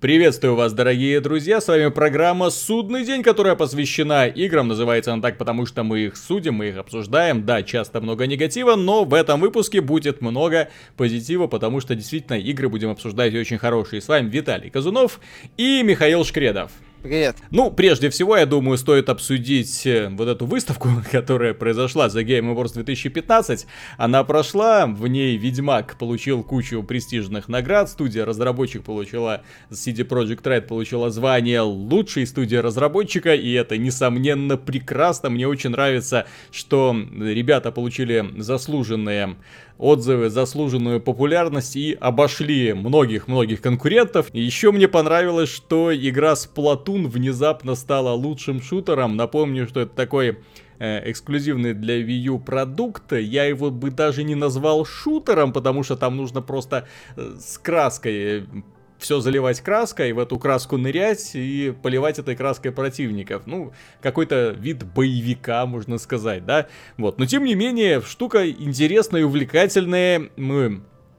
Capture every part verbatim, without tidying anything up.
Приветствую вас, дорогие друзья, с вами программа «Судный день», которая посвящена играм, называется она так, потому что мы их судим, мы их обсуждаем, да, часто много негатива, но в этом выпуске будет много позитива, потому что действительно игры будем обсуждать очень хорошие. С вами Виталий Казунов и Михаил Шкредов. Привет. Ну, прежде всего, я думаю, стоит обсудить вот эту выставку, которая произошла за Game Awards две тысячи пятнадцать. Она прошла, в ней Ведьмак получил кучу престижных наград, студия-разработчик получила, си ди Projekt Red получила звание лучшей студии-разработчика, и это, несомненно, прекрасно. Мне очень нравится, что ребята получили заслуженные отзывы, заслуженную популярность и обошли многих-многих конкурентов. И еще мне понравилось, что игра Splatoon внезапно стала лучшим шутером. Напомню, что это такой э, эксклюзивный для Wii U продукт. Я его бы даже не назвал шутером, потому что там нужно просто э, с краской все заливать краской, в эту краску нырять и поливать этой краской противников. Ну, какой-то вид боевика, можно сказать, да? Вот. Но, тем не менее, штука интересная и увлекательная. Мы...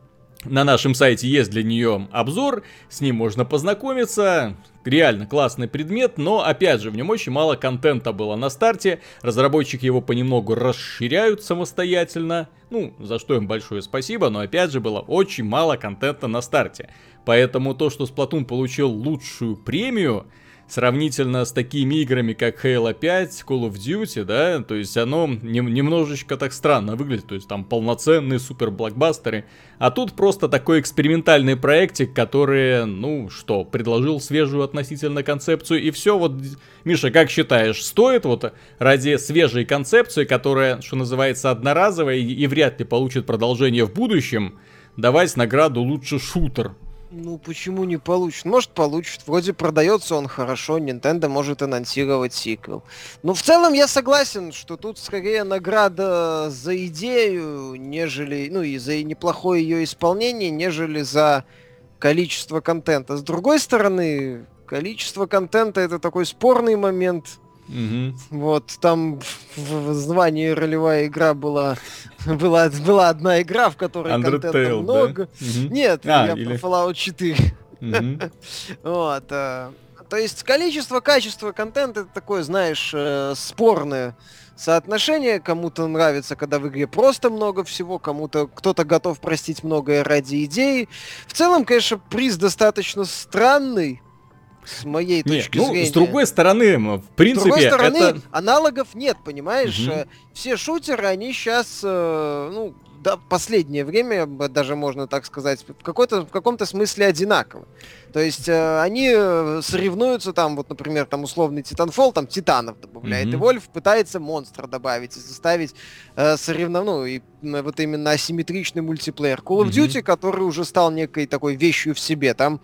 На нашем сайте есть для нее обзор, с ним можно познакомиться. Реально классный предмет, но, опять же, в нем очень мало контента было на старте. Разработчики его понемногу расширяют самостоятельно. Ну, за что им большое спасибо, но, опять же, было очень мало контента на старте. Поэтому то, что Splatoon получил лучшую премию, сравнительно с такими играми, как Halo пять, Call of Duty, да, то есть оно не, немножечко так странно выглядит, то есть там полноценные супер-блокбастеры, а тут просто такой экспериментальный проектик, который, ну что, предложил свежую относительно концепцию, и все. Вот, Миша, как считаешь, стоит вот ради свежей концепции, которая, что называется, одноразовая и, и вряд ли получит продолжение в будущем, давать награду «Лучший шутер»? Ну, почему не получит? Может, получит. Вроде продается он хорошо, Nintendo может анонсировать сиквел. Но в целом я согласен, что тут скорее награда за идею, нежели... Ну, и за неплохое ее исполнение, нежели за количество контента. С другой стороны, количество контента — это такой спорный момент. Mm-hmm. Вот, там в названии ролевая игра была, была, была одна игра, в которой Undertale, контента много. Да? Mm-hmm. Нет, а, я или... про Fallout четыре. Mm-hmm. Вот, а, то есть количество, качество контента — это такое, знаешь, э, спорное соотношение. Кому-то нравится, когда в игре просто много всего, кому-то кто-то готов простить многое ради идеи. В целом, конечно, приз достаточно странный. С моей точки не, ну, зрения. С другой стороны, в принципе, С другой стороны, это... аналогов нет, понимаешь? Угу. Все шутеры, они сейчас, ну, да, последнее время, даже можно так сказать, в, какой-то, в каком-то смысле одинаковы. То есть они соревнуются, там, вот, например, там условный Titanfall, там титанов добавляет, mm-hmm. и Wolf пытается монстра добавить и заставить э, соревнов... ну, и вот именно асимметричный мультиплеер. Call of Duty, mm-hmm. который уже стал некой такой вещью в себе, там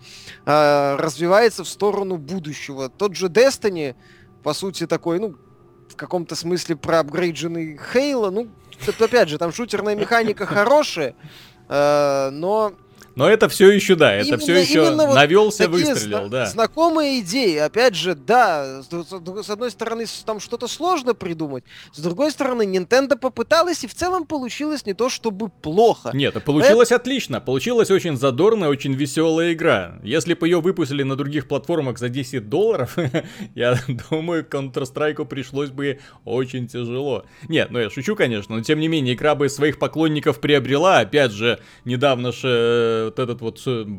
э, развивается в сторону будущего. Тот же Destiny, по сути, такой, ну, в каком-то смысле проапгрейдженный Halo, ну, опять же, там шутерная механика хорошая, э, но... Но это все еще, да, это именно, все еще навелся, вот выстрелил, зна- да. Знакомые идеи, опять же, да, с, с одной стороны, там что-то сложно придумать, с другой стороны, Nintendo попыталась, и в целом получилось не то чтобы плохо. Нет, получилось это... отлично, получилась очень задорная, очень веселая игра. Если бы ее выпустили на других платформах за десять долларов, я думаю, Counter-Strike пришлось бы очень тяжело. Нет, ну я шучу, конечно, но тем не менее, игра бы своих поклонников приобрела, опять же, недавно же вот этот вот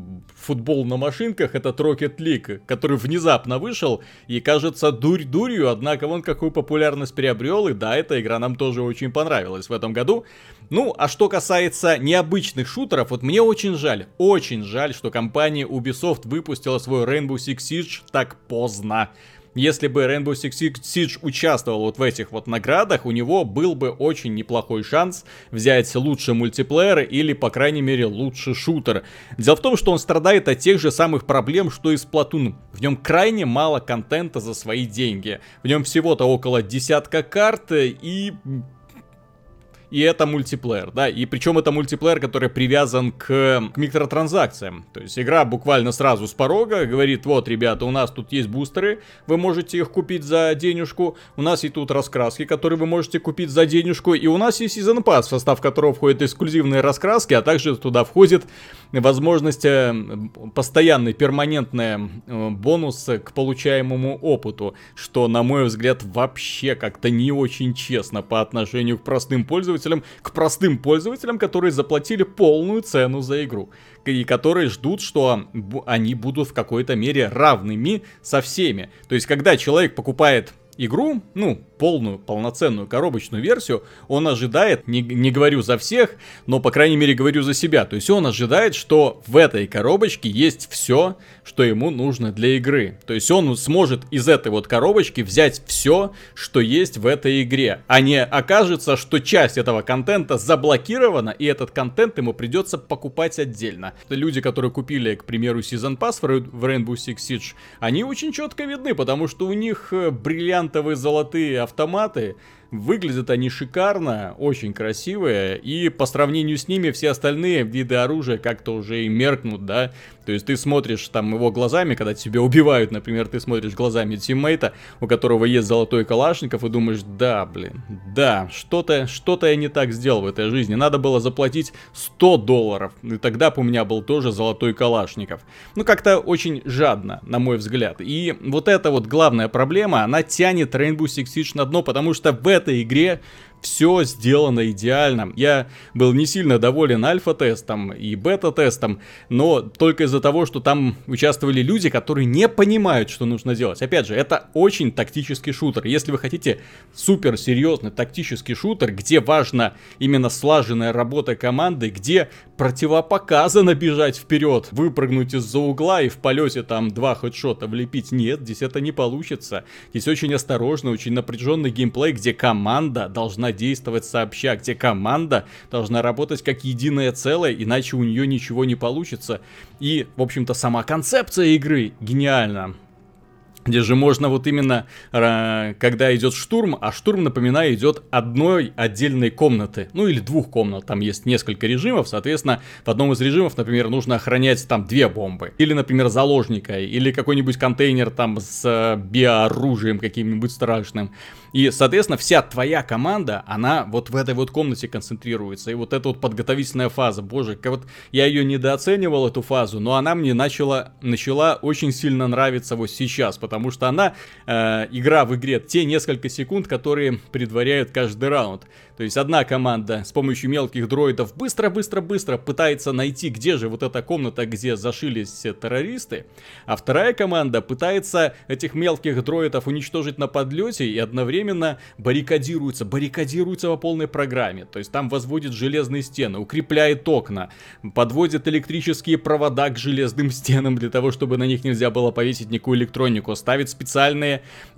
футбол на машинках, этот Rocket League, который внезапно вышел и кажется дурь дурью, однако он какую популярность приобрел, и да, эта игра нам тоже очень понравилась в этом году. Ну, а что касается необычных шутеров, вот мне очень жаль, очень жаль, что компания Ubisoft выпустила свой Rainbow Six Siege так поздно. Если бы Rainbow Six Siege участвовал вот в этих вот наградах, у него был бы очень неплохой шанс взять лучший мультиплеер или, по крайней мере, лучший шутер. Дело в том, что он страдает от тех же самых проблем, что и Splatoon. В нем крайне мало контента за свои деньги. В нем всего-то около десятка карт и... И это мультиплеер, да, и причем это мультиплеер, который привязан к, к микротранзакциям. То есть игра буквально сразу с порога говорит: вот, ребята, у нас тут есть бустеры, вы можете их купить за денежку, у нас и тут раскраски, которые вы можете купить за денежку, и у нас есть Season Pass, в состав которого входят эксклюзивные раскраски, а также туда входит возможность э, постоянный, перманентный э, бонус к получаемому опыту, что, на мой взгляд, вообще как-то не очень честно по отношению к простым пользователям, к простым пользователям, которые заплатили полную цену за игру, и которые ждут, что они будут в какой-то мере равными со всеми. То есть, когда человек покупает игру, ну, полную, полноценную коробочную версию, он ожидает, не, не говорю за всех, но, по крайней мере, говорю за себя, то есть он ожидает, что в этой коробочке есть все, что ему нужно для игры. То есть он сможет из этой вот коробочки взять все, что есть в этой игре, а не окажется, что часть этого контента заблокирована, и этот контент ему придется покупать отдельно. Люди, которые купили, к примеру, Season Pass в Rainbow Six Siege, они очень четко видны, потому что у них бриллиантовые золотые автоматы, выглядят они шикарно, очень красивые, и по сравнению с ними все остальные виды оружия как-то уже и меркнут, да, то есть ты смотришь там его глазами, когда тебя убивают, например, ты смотришь глазами тиммейта, у которого есть золотой калашников, и думаешь, да, блин, да, что-то, что-то я не так сделал в этой жизни, надо было заплатить сто долларов, и тогда бы у меня был тоже золотой калашников. Ну, как-то очень жадно, на мой взгляд, и вот эта вот главная проблема, она тянет Rainbow Six Siege на дно, потому что в этой игре все сделано идеально. Я был не сильно доволен альфа-тестом и бета-тестом, но только из-за того, что там участвовали люди, которые не понимают, что нужно делать. Опять же, это очень тактический шутер. Если вы хотите супер серьезный тактический шутер, где важна именно слаженная работа команды, где противопоказано бежать вперед, выпрыгнуть из-за угла и в полете там два хедшота влепить, нет, здесь это не получится. Здесь очень осторожно, очень напряженный геймплей, где команда должна действовать сообща, где команда должна работать как единое целое, иначе у нее ничего не получится. И, в общем-то, сама концепция игры гениальна. Где же можно вот именно, когда идет штурм, а штурм, напоминаю, идет одной отдельной комнаты, ну или двух комнат, там есть несколько режимов, соответственно, в одном из режимов, например, нужно охранять там две бомбы, или, например, заложника, или какой-нибудь контейнер там с биооружием каким-нибудь страшным. И, соответственно, вся твоя команда, она вот в этой вот комнате концентрируется. И вот эта вот подготовительная фаза, боже, как вот я ее недооценивал, эту фазу, но она мне начала, начала очень сильно нравиться вот сейчас, потому что она, э, игра в игре, те несколько секунд, которые предваряют каждый раунд. То есть одна команда с помощью мелких дроидов быстро-быстро-быстро пытается найти, где же вот эта комната, где зашились террористы, а вторая команда пытается этих мелких дроидов уничтожить на подлете и одновременно баррикадируется, баррикадируется по полной программе. То есть там возводит железные стены, укрепляет окна, подводит электрические провода к железным стенам для того, чтобы на них нельзя было повесить никакую электронику, ставит специальные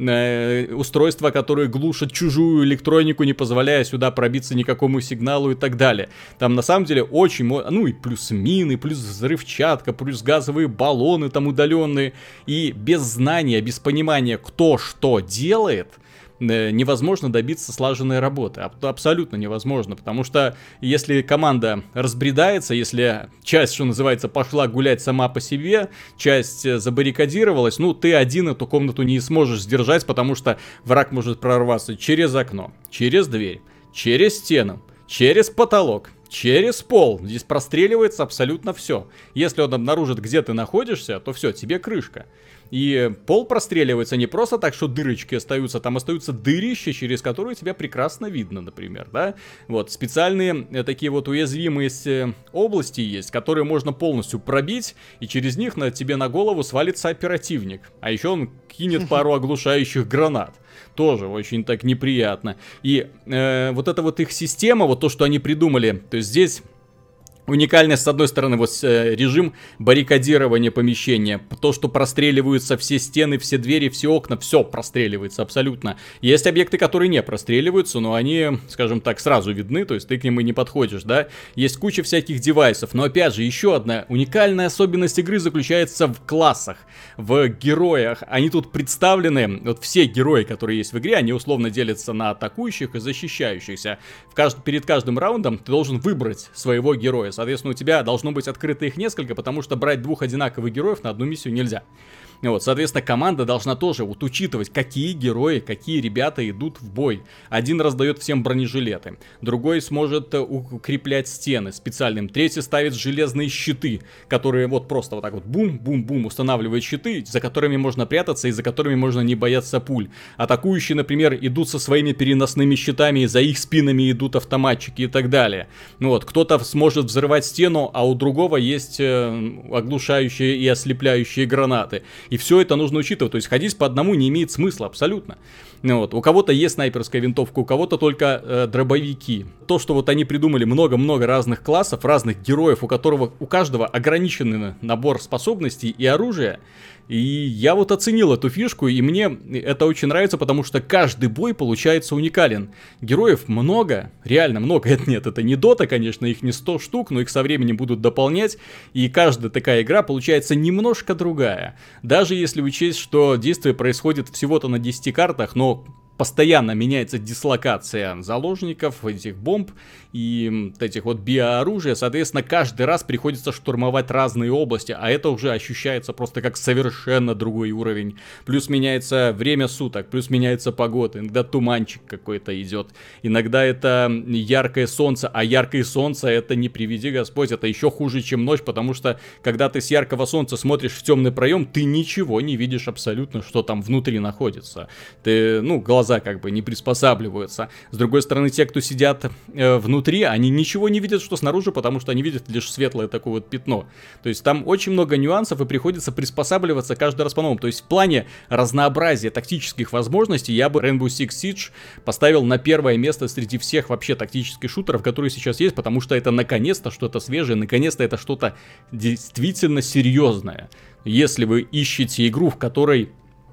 э, устройства, которые глушат чужую электронику, не позволяя сюда пробиться никакому сигналу и так далее. Там на самом деле очень, ну и плюс мины, плюс взрывчатка, плюс газовые баллоны там удаленные. И без знания, без понимания, кто что делает, невозможно добиться слаженной работы. Абсолютно невозможно, потому что если команда разбредается, если часть, что называется, пошла гулять сама по себе, часть забаррикадировалась, ну ты один эту комнату не сможешь сдержать, потому что враг может прорваться через окно, через дверь, через стену, через потолок, через пол. Здесь простреливается абсолютно все. Если он обнаружит, где ты находишься, то все, тебе крышка. И пол простреливается не просто так, что дырочки остаются, там остаются дырища, через которые тебя прекрасно видно, например, да. Вот, специальные э, такие вот уязвимые э, области есть, которые можно полностью пробить, и через них на тебе на голову свалится оперативник. А еще он кинет пару оглушающих гранат. Тоже очень так неприятно. И э, вот эта вот их система, вот то, что они придумали, то есть здесь... Уникальность, с одной стороны, вот э, режим баррикадирования помещения. То, что простреливаются все стены, все двери, все окна, все простреливается абсолютно. Есть объекты, которые не простреливаются, но они, скажем так, сразу видны, то есть ты к ним и не подходишь, да. Есть куча всяких девайсов, но опять же, еще одна уникальная особенность игры заключается в классах, в героях. Они тут представлены, вот все герои, которые есть в игре, они условно делятся на атакующих и защищающихся. В кажд... Перед каждым раундом ты должен выбрать своего героя. Соответственно, у тебя должно быть открыто их несколько, потому что брать двух одинаковых героев на одну миссию нельзя. Вот, соответственно, команда должна тоже вот учитывать, какие герои, какие ребята идут в бой. Один раздает всем бронежилеты, другой сможет укреплять стены специальным, третий ставит железные щиты, которые вот просто вот так вот бум-бум-бум устанавливают щиты, за которыми можно прятаться и за которыми можно не бояться пуль. Атакующие, например, идут со своими переносными щитами, и за их спинами идут автоматчики и так далее. Ну вот, кто-то сможет взрывать стену, а у другого есть э, оглушающие и ослепляющие гранаты. И все это нужно учитывать, то есть ходить по одному не имеет смысла абсолютно. Ну вот, у кого-то есть снайперская винтовка, у кого-то только э, дробовики. То, что вот они придумали много-много разных классов, разных героев, у которого у каждого ограниченный набор способностей и оружия. И я вот оценил эту фишку, и мне это очень нравится, потому что каждый бой получается уникален. Героев много, реально много. Это нет, это не Дота, конечно, их не сто штук, но их со временем будут дополнять. И каждая такая игра получается немножко другая. Даже если учесть, что действие происходит всего-то на десяти картах, но постоянно меняется дислокация заложников, этих бомб и этих вот биооружия. Соответственно, каждый раз приходится штурмовать разные области, а это уже ощущается просто как совершенно другой уровень. Плюс меняется время суток, плюс меняется погода, иногда туманчик какой-то идет, иногда это яркое солнце, а яркое солнце это не приведи Господь, это еще хуже, чем ночь, потому что когда ты с яркого солнца смотришь в темный проем, ты ничего не видишь абсолютно, что там внутри находится. Ты, ну, глаза как бы не приспосабливаются. С другой стороны, те, кто сидят э, внутри, они ничего не видят, что снаружи, потому что они видят лишь светлое такое вот пятно. То есть там очень много нюансов, и приходится приспосабливаться каждый раз по-новому. То есть в плане разнообразия тактических возможностей я бы Rainbow Six Siege поставил на первое место среди всех вообще тактических шутеров, которые сейчас есть, потому что это наконец-то что-то свежее, наконец-то это что-то действительно серьезное. Если вы ищете игру, в которой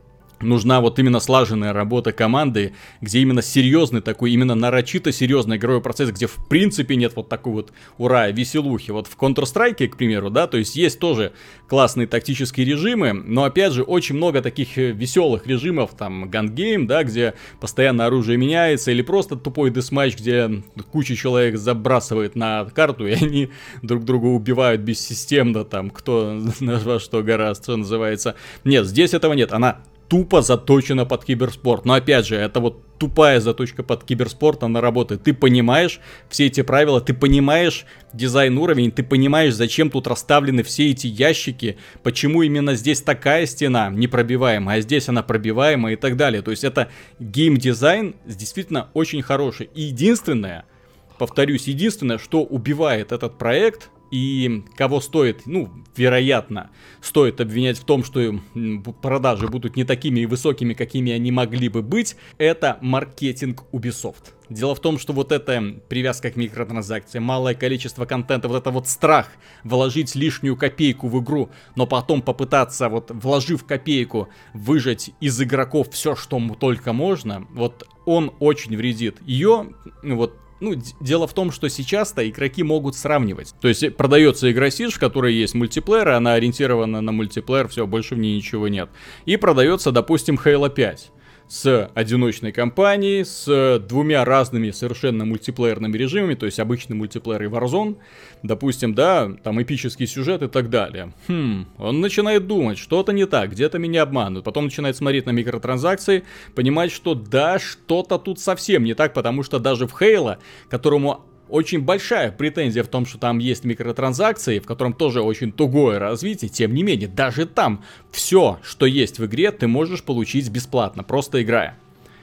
нужна вот именно слаженная работа команды, где именно серьезный такой, именно нарочито серьезный игровой процесс, где в принципе нет вот такой вот ура, веселухи. Вот в Counter-Strike, к примеру, да, то есть есть тоже классные тактические режимы, но опять же очень много таких веселых режимов, там Gun Game, да, где постоянно оружие меняется, или просто тупой десматч, где куча человек забрасывает на карту, и они друг друга убивают бессистемно, там, кто во что гораздо, что называется. Нет, здесь этого нет, она тупо заточена под киберспорт. Но опять же, это вот тупая заточка под киберспорт, она работает. Ты понимаешь все эти правила, ты понимаешь дизайн уровень, ты понимаешь, зачем тут расставлены все эти ящики, почему именно здесь такая стена непробиваемая, а здесь она пробиваемая и так далее. То есть это геймдизайн действительно очень хороший. И единственное, повторюсь, единственное, что убивает этот проект и кого стоит, ну, вероятно, стоит обвинять в том, что продажи будут не такими высокими, какими они могли бы быть, это маркетинг Ubisoft. Дело в том, что вот эта привязка к микротранзакциям, малое количество контента, вот это вот страх вложить лишнюю копейку в игру, но потом попытаться, вот вложив копейку, выжать из игроков все, что только можно, вот он очень вредит. Ее, вот, ну, дело в том, что сейчас-то игроки могут сравнивать. То есть продается игра Siege, в которой есть мультиплеер, она ориентирована на мультиплеер, все, больше в ней ничего нет. И продается, допустим, Halo пять. С одиночной кампанией, с двумя разными совершенно мультиплеерными режимами, то есть обычный мультиплеер и Warzone, допустим, да, там эпический сюжет и так далее. Хм, он начинает думать, что-то не так, где-то меня обманывают, потом начинает смотреть на микротранзакции, понимать, что да, что-то тут совсем не так, потому что даже в Halo, которому очень большая претензия в том, что там есть микротранзакции, в котором тоже очень тугое развитие, тем не менее, даже там все, что есть в игре, ты можешь получить бесплатно, просто играя.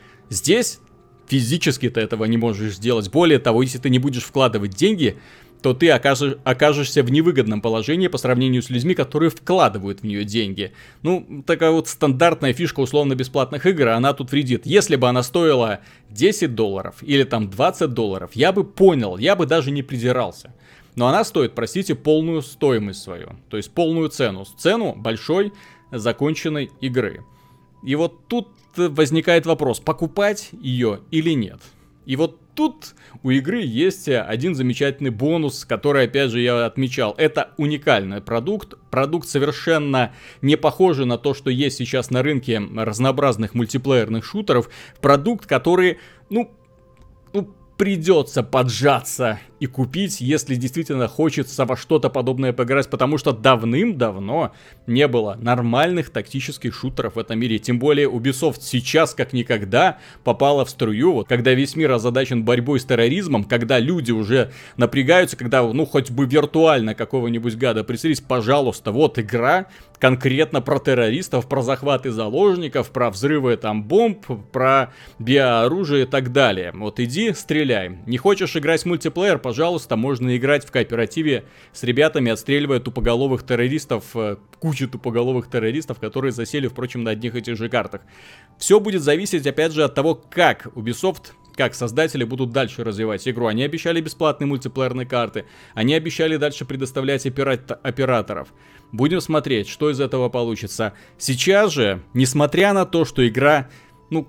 Здесь физически ты этого не можешь сделать. Более того, если ты не будешь вкладывать деньги, то ты окажешь, окажешься в невыгодном положении по сравнению с людьми, которые вкладывают в нее деньги. Ну, такая вот стандартная фишка условно-бесплатных игр, она тут вредит. Если бы она стоила десять долларов или там двадцать долларов, я бы понял, я бы даже не придирался. Но она стоит, простите, полную стоимость свою, то есть полную цену, цену большой законченной игры. И вот тут возникает вопрос, покупать ее или нет. И вот тут у игры есть один замечательный бонус, который, опять же, я отмечал. Это уникальный продукт. Продукт совершенно не похожий на то, что есть сейчас на рынке разнообразных мультиплеерных шутеров. Продукт, который, ну, ну придется поджаться и купить, если действительно хочется во что-то подобное поиграть, потому что давным-давно не было нормальных тактических шутеров в этом мире. Тем более Ubisoft сейчас как никогда попала в струю, вот когда весь мир озадачен борьбой с терроризмом, когда люди уже напрягаются, когда, ну, хоть бы виртуально какого-нибудь гада прицелись, пожалуйста, вот игра конкретно про террористов, про захваты заложников, про взрывы там бомб, про биооружие и так далее. Вот иди, стреляй. Не хочешь играть в мультиплеер, пожалуйста, можно играть в кооперативе с ребятами, отстреливая тупоголовых террористов, кучу тупоголовых террористов, которые засели, впрочем, на одних и тех же картах. Все будет зависеть, опять же, от того, как Ubisoft, как создатели будут дальше развивать игру. Они обещали бесплатные мультиплеерные карты, они обещали дальше предоставлять опера- операторов. Будем смотреть, что из этого получится. Сейчас же, несмотря на то, что игра, ну,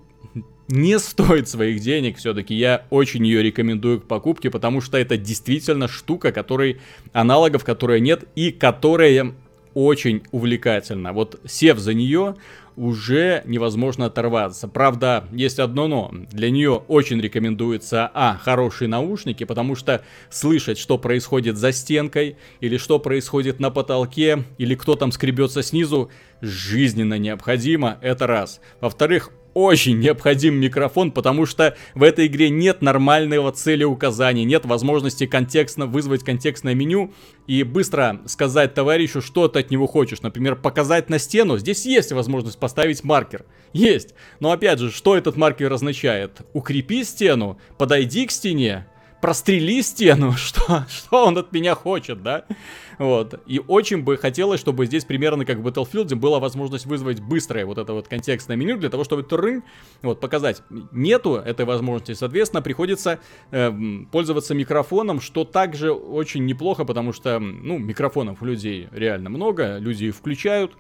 не стоит своих денег, все-таки я очень ее рекомендую к покупке, потому что это действительно штука, которой аналогов, которой нет и которая очень увлекательна. Вот сев за нее, уже невозможно оторваться. Правда, есть одно но. Для нее очень рекомендуется, а, хорошие наушники, потому что слышать, что происходит за стенкой, или что происходит на потолке, или кто там скребется снизу, жизненно необходимо, это раз. Во-вторых, очень необходим микрофон, потому что в этой игре нет нормального целеуказания, нет возможности контекстно вызвать контекстное меню и быстро сказать товарищу, что ты от него хочешь. Например, показать на стену. Здесь есть возможность поставить маркер. Есть. Но опять же, что этот маркер означает? Укрепи стену, подойди к стене, прострели стену, что, что он от меня хочет, да? Вот. И очень бы хотелось, чтобы здесь примерно как в Battlefield была возможность вызвать быстрое вот это вот контекстное меню для того, чтобы трын, вот, показать. Нету этой возможности, соответственно, приходится э, пользоваться микрофоном, что также очень неплохо, потому что, ну, микрофонов у людей реально много, люди их включают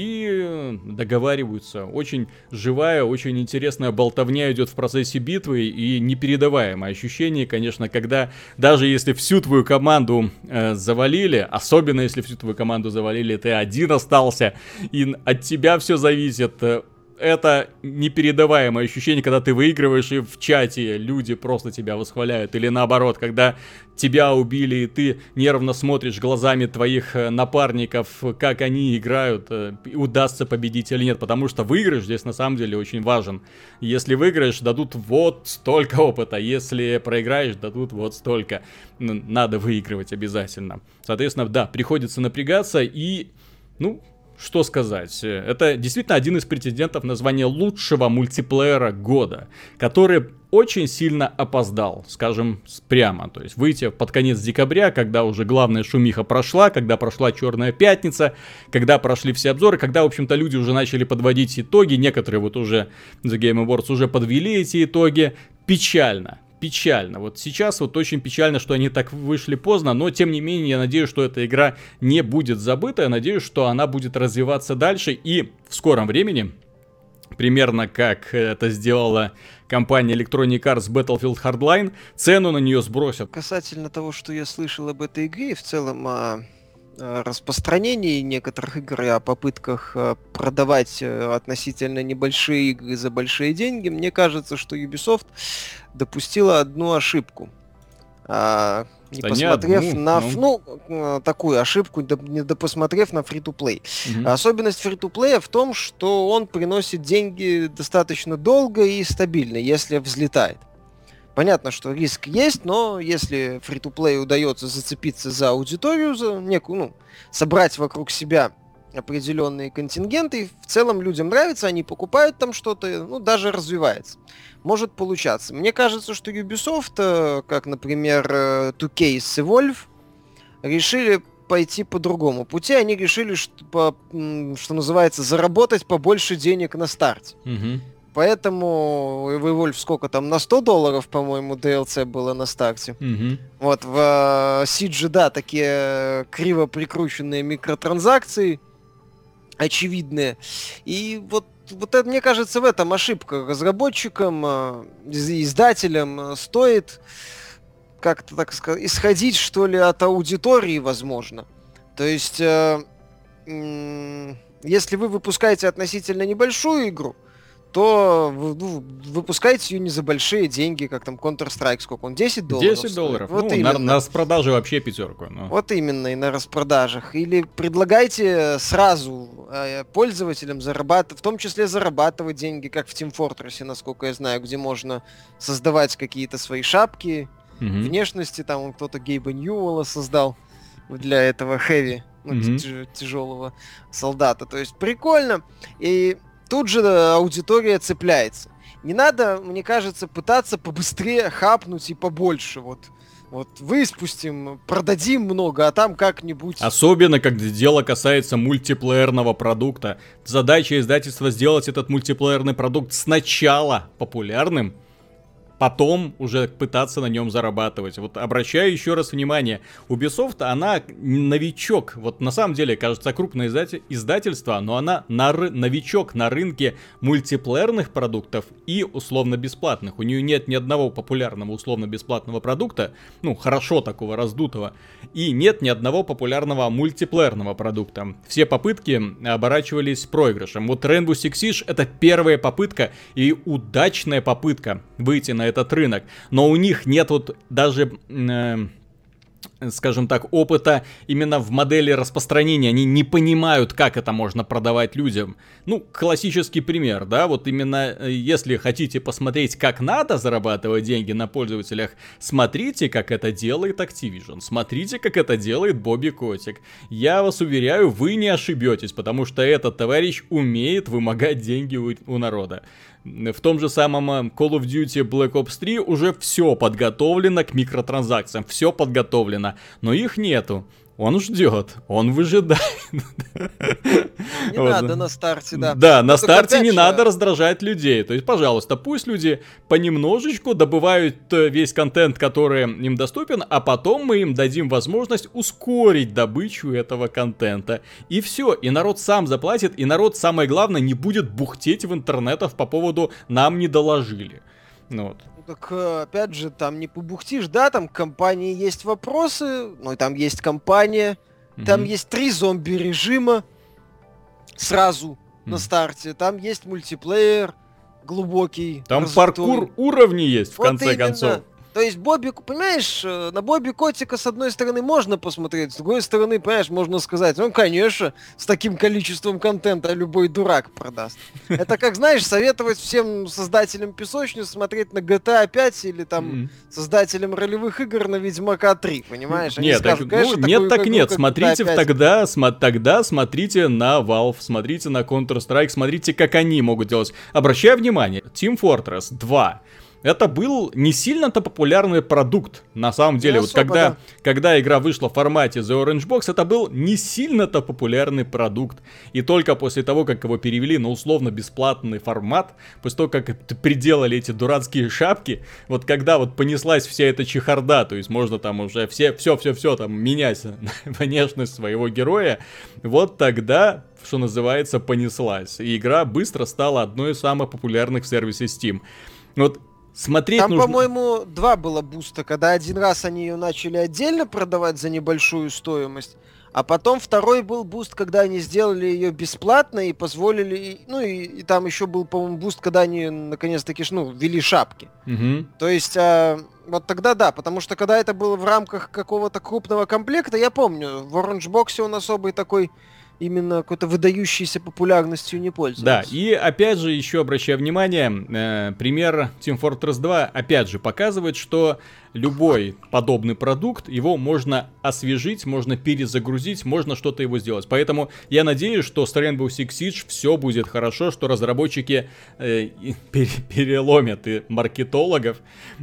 и договариваются. Очень живая, очень интересная болтовня идет в процессе битвы и непередаваемое ощущение, конечно, когда даже если всю твою команду э, завалили, особенно если всю твою команду завалили, ты один остался, и от тебя все зависит. Это непередаваемое ощущение, когда ты выигрываешь, и в чате люди просто тебя восхваляют. Или наоборот, когда тебя убили, и ты нервно смотришь глазами твоих напарников, как они играют, удастся победить или нет. Потому что выигрыш здесь на самом деле очень важен. Если выиграешь, дадут вот столько опыта. Если проиграешь, дадут вот столько. Надо выигрывать обязательно. Соответственно, да, приходится напрягаться и, ну... Что сказать, это действительно один из претендентов на звание лучшего мультиплеера года, который очень сильно опоздал, скажем прямо, то есть выйти под конец декабря, когда уже главная шумиха прошла, когда прошла Черная пятница, когда прошли все обзоры, когда, в общем-то, люди уже начали подводить итоги, некоторые вот уже The Game Awards уже подвели эти итоги, печально. Печально. Вот сейчас вот очень печально, что они так вышли поздно, но тем не менее я надеюсь, что эта игра не будет забыта, я надеюсь, что она будет развиваться дальше и в скором времени, примерно как это сделала компания Electronic Arts Battlefield Hardline, цену на нее сбросят. Касательно того, что я слышал об этой игре, в целом о распространении некоторых игр и о попытках продавать относительно небольшие игры за большие деньги, мне кажется, что Ubisoft допустила одну ошибку. А, не да посмотрев не одну, на ну... ну такую ошибку, не посмотрев на фри-то-плей. Угу. Особенность фри-то-плея в том, что он приносит деньги достаточно долго и стабильно, если взлетает. Понятно, что риск есть, но если фри-то-плей удается зацепиться за аудиторию, за некую, ну, собрать вокруг себя определенные контингенты, в целом людям нравится, они покупают там что-то, ну, даже развивается. Может получаться. Мне кажется, что Ubisoft, как, например, ту кей с Evolve, решили пойти по другому пути. Они решили, что, по, что называется, заработать побольше денег на старте. Угу. Поэтому в Evolve сколько там, на сто долларов, по-моему, ди эл си было на старте. Mm-hmm. Вот, в uh, Siege, да, такие криво прикрученные микротранзакции, очевидные. И вот, вот это, мне кажется, в этом ошибка. Разработчикам, издателям стоит как-то, так сказать, исходить, что ли, от аудитории, возможно. То есть, э, м- если вы выпускаете относительно небольшую игру, то вы, ну, выпускайте ее не за большие деньги, как там Counter-Strike, сколько он, десять долларов? десять долларов, вот ну, на, на распродаже вообще пятерку. Но... Вот именно, и на распродажах. Или предлагайте сразу э, пользователям зарабатывать, в том числе зарабатывать деньги, как в Team Fortress, насколько я знаю, где можно создавать какие-то свои шапки, mm-hmm. внешности, там кто-то Гейба Ньюэлла создал для этого хэви, ну, mm-hmm. тяжелого солдата. То есть прикольно. И тут же аудитория цепляется. Не надо, мне кажется, пытаться побыстрее хапнуть и побольше. Вот, вот выспустим, продадим много, а там как-нибудь... Особенно, когда дело касается мультиплеерного продукта. Задача издательства сделать этот мультиплеерный продукт сначала популярным, потом уже пытаться на нем зарабатывать. Вот обращаю еще раз внимание, Ubisoft, она новичок. Вот на самом деле, кажется, крупное издатель, издательство, но она на ры- новичок на рынке мультиплеерных продуктов и условно-бесплатных. У нее нет ни одного популярного условно-бесплатного продукта, ну, хорошо такого раздутого, и нет ни одного популярного мультиплеерного продукта. Все попытки оборачивались проигрышем. Вот Rainbow Six Siege — это первая попытка и удачная попытка выйти на этот рынок, но у них нет вот даже, э, скажем так, опыта именно в модели распространения. Они не понимают, как это можно продавать людям. Ну, классический пример, да, вот именно если хотите посмотреть, как надо зарабатывать деньги на пользователях, смотрите, как это делает Activision, смотрите, как это делает Bobby Kotick. Я вас уверяю, вы не ошибетесь, потому что этот товарищ умеет вымогать деньги у, у народа. В том же самом Call of Duty Black Ops три уже все подготовлено к микротранзакциям, все подготовлено, но их нету. Он ждет, он выжидает. Не вот. Надо на старте, да. Да, на старте не надо раздражать людей. То есть, пожалуйста, пусть люди понемножечку добывают весь контент, который им доступен, а потом мы им дадим возможность ускорить добычу этого контента. И все, и народ сам заплатит, и народ, самое главное, не будет бухтеть в интернетах по поводу «нам не доложили». Ну вот. Так, опять же, там не побухтишь, да, там компании есть вопросы, ну и там есть компания, mm-hmm. там есть три зомби-режима сразу mm-hmm. на старте, там есть мультиплеер глубокий. Там развитой. Паркур уровней есть, в вот конце именно. Концов. То есть Бобби, понимаешь, на Бобби Котика с одной стороны можно посмотреть, с другой стороны, понимаешь, можно сказать, ну, конечно, с таким количеством контента любой дурак продаст. Это как, знаешь, советовать всем создателям песочниц смотреть на джи ти эй пять или там создателям ролевых игр на Ведьмака три, понимаешь? Они нет, скажут, так, ну, нет, так нет, смотрите тогда, см- тогда смотрите на Valve, смотрите на Counter-Strike, смотрите, как они могут делать. Обращаю внимание, Team Fortress два. Это был не сильно-то популярный продукт, на самом деле. Не вот особо, когда, да. когда игра вышла в формате The Orange Box, это был не сильно-то популярный продукт. И только после того, как его перевели на условно-бесплатный формат, после того, как приделали эти дурацкие шапки, вот когда вот понеслась вся эта чехарда, то есть можно там уже все-все-все там менять внешность своего героя, вот тогда, что называется, понеслась. И игра быстро стала одной из самых популярных в сервисе Steam. Вот смотреть Там, нужно... по-моему, два было буста, когда один раз они ее начали отдельно продавать за небольшую стоимость, а потом второй был буст, когда они сделали ее бесплатно и позволили... Ну и, и там еще был, по-моему, буст, когда они наконец-таки, ну, ввели шапки. Угу. То есть, а, вот тогда да, потому что когда это было в рамках какого-то крупного комплекта, я помню, в Orange Box он особый такой... именно какой-то выдающейся популярностью не пользуется. Да, и опять же, еще обращаю внимание, э, пример Team Fortress два опять же показывает, что любой подобный продукт, его можно освежить, можно перезагрузить, можно что-то его сделать. Поэтому я надеюсь, что с Rainbow Six Siege все будет хорошо, что разработчики э, пере- переломят и маркетологов,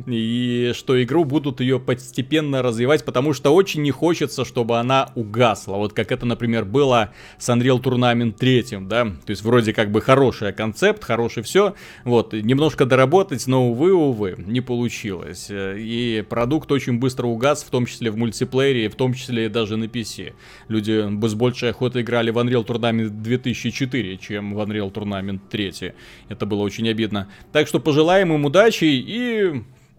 и что игру будут ее постепенно развивать, потому что очень не хочется, чтобы она угасла. Вот как это, например, было с Unreal Tournament три, да, то есть вроде как бы хороший концепт, хороший все, вот, немножко доработать, но увы, увы, не получилось. И продукт очень быстро угас, в том числе в мультиплеере, в том числе даже на пи си. Люди с большей охотой играли в Unreal Tournament две тысячи четыре, чем в Unreal Tournament три. Это было очень обидно. Так что пожелаем им удачи и...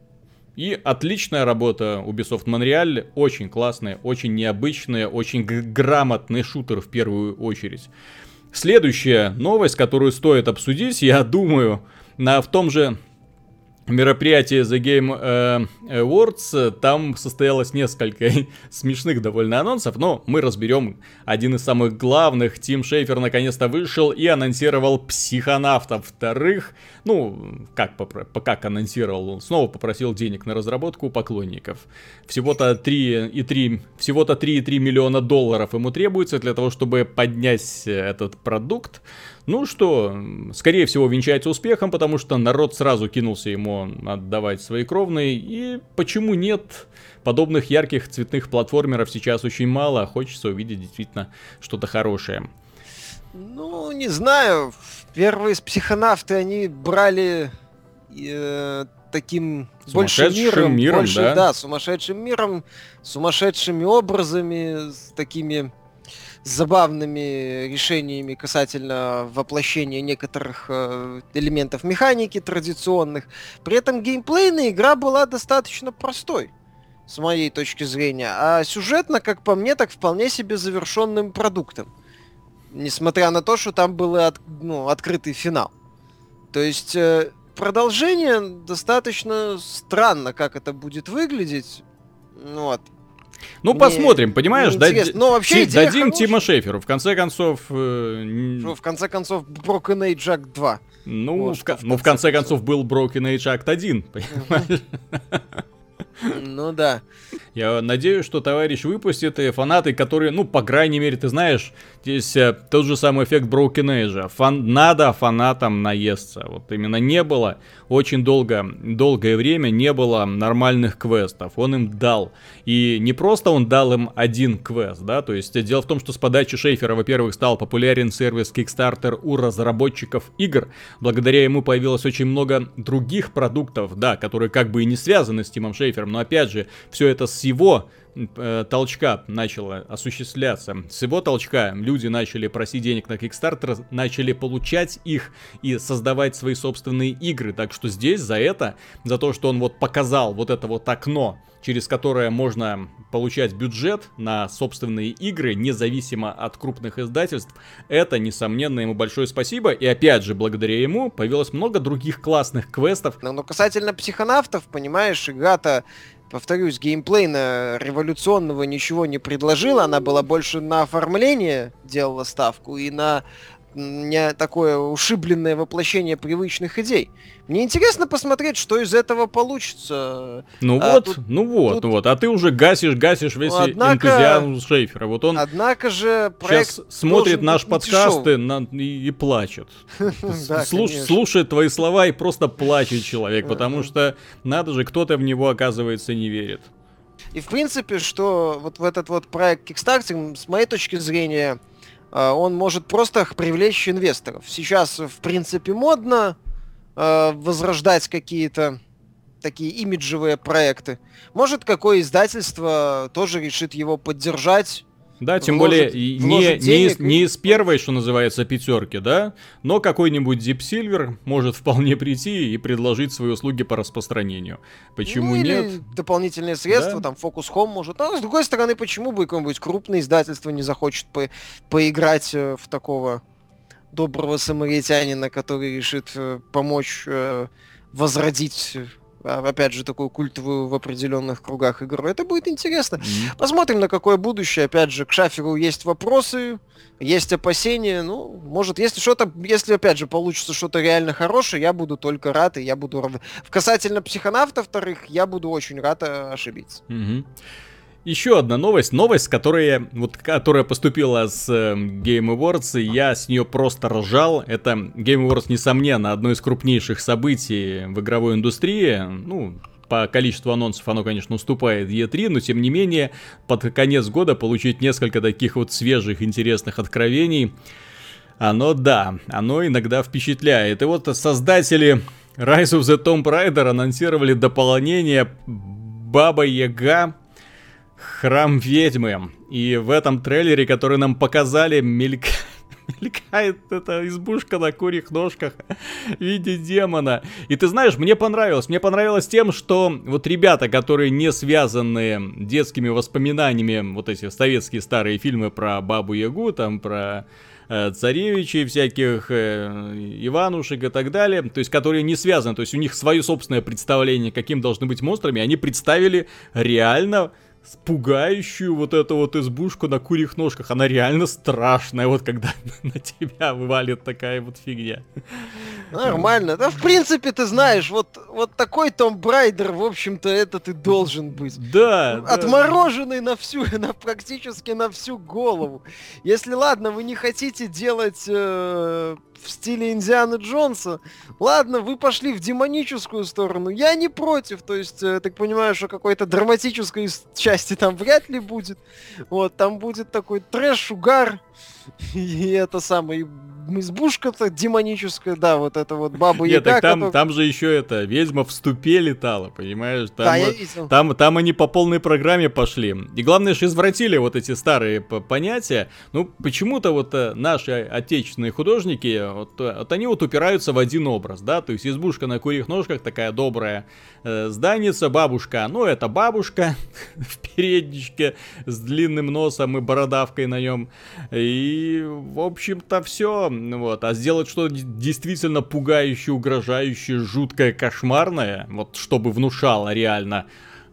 И отличная работа Ubisoft Montreal, очень классная, очень необычная, очень г- грамотный шутер в первую очередь. Следующая новость, которую стоит обсудить, я думаю, на, в том же мероприятии The Game Awards там состоялось несколько смешных довольно анонсов, но мы разберем один из самых главных. Тим Шейфер наконец-то вышел и анонсировал Психонавта. Вторых, ну, как, как анонсировал, он снова попросил денег на разработку у поклонников. Всего-то три и три, всего-то три и три миллиона долларов ему требуется для того, чтобы поднять этот продукт. Ну что, скорее всего, венчается успехом, потому что народ сразу кинулся ему отдавать свои кровные. И почему нет? Подобных ярких цветных платформеров сейчас очень мало. Хочется увидеть действительно что-то хорошее. Ну, не знаю. Первые Психонавты, они брали э, таким большим миром. миром больше, да? да, сумасшедшим миром, сумасшедшими образами, с такими... забавными решениями касательно воплощения некоторых э, элементов механики традиционных. При этом геймплейная игра была достаточно простой, с моей точки зрения. А сюжетно, как по мне, так вполне себе завершенным продуктом. Несмотря на то, что там был от, ну, открытый финал. То есть э, продолжение достаточно странно, как это будет выглядеть. Вот. Ну, не, посмотрим, понимаешь, дади, но вообще ти, дадим хорошая. Тима Шейферу, в конце концов... Э, Что, в конце концов, Broken Age Act два. Ну, вот, в, в, ну в конце концов, был Broken Age Act один, понимаешь? Ну да. Я надеюсь, что товарищ выпустит, и фанаты, которые, ну, по крайней мере, ты знаешь, здесь э, тот же самый эффект Broken Age. Фан, надо фанатам наесться. Вот именно не было, очень долго, долгое время не было нормальных квестов. Он им дал. И не просто он дал им один квест, да, то есть дело в том, что с подачи Шейфера, во-первых, стал популярен сервис Kickstarter у разработчиков игр. Благодаря ему появилось очень много других продуктов, да, которые как бы и не связаны с Тимом Шейфером, но опять же, все это с его э, толчка начало осуществляться. С его толчка люди начали просить денег на Kickstarter, начали получать их и создавать свои собственные игры. Так что здесь за это, за то, что он вот показал вот это вот окно, через которое можно получать бюджет на собственные игры, независимо от крупных издательств, это, несомненно, ему большое спасибо. И опять же, благодаря ему появилось много других классных квестов. Но, но касательно Психонавтов, понимаешь, игра-то, повторюсь, геймплейно революционного ничего не предложила. Она была больше на оформление делала ставку и на не такое ушибленное воплощение привычных идей. Мне интересно посмотреть, что из этого получится. Ну а вот, тут, ну вот, тут... ну вот, а ты уже гасишь, гасишь весь однако, энтузиазм Шейфера. Вот он однако же проект сейчас смотрит наши подкасты на, и, и плачет. Слушает твои слова и просто плачет человек, потому что надо же, кто-то в него, оказывается, не верит. И в принципе, что вот в этот вот проект Kickstarter, с моей точки зрения, он может просто привлечь инвесторов. Сейчас, в принципе, модно э, возрождать какие-то такие имиджевые проекты. Может, какое издательство тоже решит его поддержать. Да, тем вложит, более не, не, из, не из первой, что называется, пятерки, да, но какой-нибудь Deep Silver может вполне прийти и предложить свои услуги по распространению. Почему ну, нет? Или дополнительные средства, да? Там Focus Home может. Но, с другой стороны, почему бы какое-нибудь крупное издательство не захочет по- поиграть в такого доброго самаритянина, который решит помочь э, возродить... опять же, такую культовую в определенных кругах игру. Это будет интересно. Mm-hmm. Посмотрим, на какое будущее. Опять же, к Шаферу есть вопросы, есть опасения. Ну, может, если что-то, если, опять же, получится что-то реально хорошее, я буду только рад, и я буду... В касательно Психонавтов вторых, я буду очень рад ошибиться. Mm-hmm. Еще одна новость, новость, которая, вот, которая поступила с э, Game Awards, и я с нее просто ржал. Это Game Awards, несомненно, одно из крупнейших событий в игровой индустрии. Ну, по количеству анонсов оно, конечно, уступает и три, но тем не менее, под конец года получить несколько таких вот свежих, интересных откровений, оно, да, оно иногда впечатляет. И вот создатели Rise of the Tomb Raider анонсировали дополнение Баба Яга Храм ведьмы. И в этом трейлере, который нам показали, мельк... мелькает эта избушка на курьих ножках в виде демона. И ты знаешь, мне понравилось. Мне понравилось тем, что вот ребята, которые не связаны детскими воспоминаниями, вот эти советские старые фильмы про Бабу Ягу, там про э, царевичей, всяких э, Иванушек и так далее, то есть которые не связаны, то есть у них свое собственное представление, каким должны быть монстрами, они представили реально пугающую вот эту вот избушку на курьих ножках. Она реально страшная, вот когда на тебя вывалит такая вот фигня. Нормально. Да, в принципе, ты знаешь, вот, вот такой Tomb Raider, в общем-то, это ты должен быть. Да. Отмороженный да. на всю, на практически на всю голову. Если, ладно, вы не хотите делать э, в стиле Индианы Джонса, ладно, вы пошли в демоническую сторону. Я не против. То есть, э, так понимаю, что какой-то драматической части там вряд ли будет. Вот, там будет такой трэш, угар. И это самое, избушка-то демоническая, да, вот это вот Баба Яга. Нет, так там, который... там же еще это, ведьма в ступе летала, понимаешь? Там, да, я видел. Там, там они по полной программе пошли. И главное, что извратили вот эти старые понятия. Ну, почему-то вот наши отечественные художники, вот, вот они вот упираются в один образ, да, то есть избушка на курьих ножках, такая добрая э, зданица, бабушка, ну, это бабушка в передничке с длинным носом и бородавкой на нем. И, в общем-то, все. Вот. А сделать что-то действительно пугающее, угрожающее, жуткое, кошмарное, вот чтобы внушало реально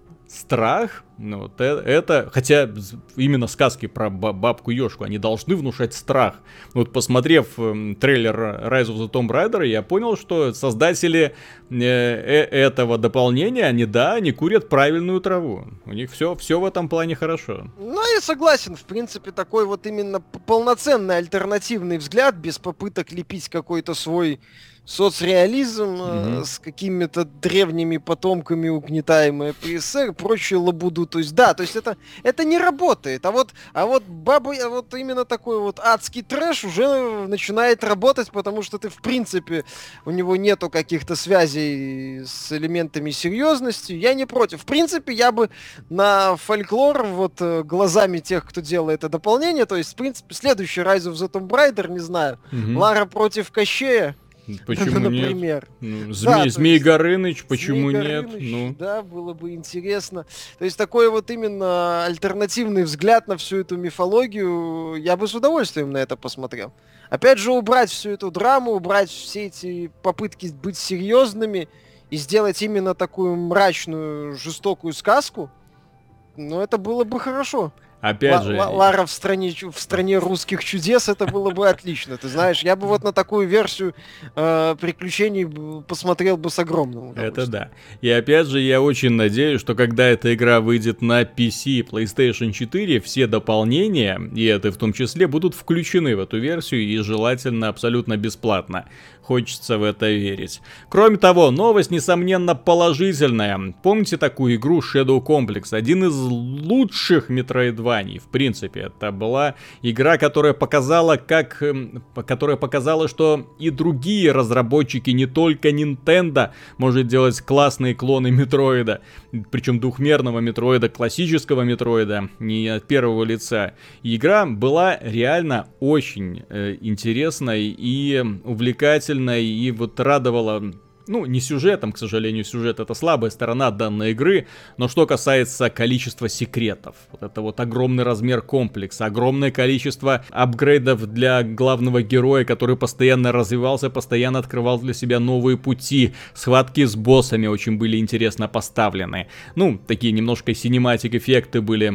страх, ну, вот это, хотя именно сказки про бабку Ёшку, они должны внушать страх. Вот посмотрев э, трейлер Rise of the Tomb Raider, я понял, что создатели э, э, этого дополнения, они, да, они курят правильную траву. У них все, все в этом плане хорошо. Ну, я согласен, в принципе, такой вот именно полноценный альтернативный взгляд, без попыток лепить какой-то свой соцреализм mm-hmm. э, с какими-то древними потомками угнетаемой ПСР, прочую лабуду. То есть, да, то есть это, это не работает. А вот, а вот баба, а вот именно такой вот адский трэш уже начинает работать, потому что ты, в принципе, у него нету каких-то связей с элементами серьезности. Я не против. В принципе, я бы на фольклор вот глазами тех, кто делает это дополнение, то есть, в принципе, следующий Rise of the Tomb Raider, не знаю, mm-hmm. Лара против Кощея. Почему например. нет? Ну, Змей, да, Змей есть, Горыныч, почему Змей нет? Горыныч, ну. Да, было бы интересно. То есть такой вот именно альтернативный взгляд на всю эту мифологию, я бы с удовольствием на это посмотрел. Опять же, убрать всю эту драму, убрать все эти попытки быть серьезными и сделать именно такую мрачную, жестокую сказку, ну, это было бы хорошо. Опять Л- же... Л- Лара в стране, в стране русских чудес, это было бы отлично. Ты знаешь, я бы вот на такую версию э, приключений посмотрел бы с огромным удовольствием. Это да. И опять же, я очень надеюсь, что когда эта игра выйдет на пи си и PlayStation четыре, все дополнения, и это в том числе, будут включены в эту версию и желательно абсолютно бесплатно. Хочется в это верить. Кроме того, новость, несомненно, положительная. Помните такую игру Shadow Complex? Один из лучших метроидваний, в принципе. Это была игра, которая показала, как... которая показала, что и другие разработчики, не только Nintendo, может делать классные клоны метроида. Причем двухмерного метроида, классического метроида, не от первого лица. И игра была реально очень э, интересной и увлекательной. И вот радовала, ну, не сюжетом, к сожалению, сюжет — это слабая сторона данной игры, но что касается количества секретов, вот это вот огромный размер комплекса, огромное количество апгрейдов для главного героя, который постоянно развивался, постоянно открывал для себя новые пути, схватки с боссами очень были интересно поставлены, ну, такие немножко синематик-эффекты были.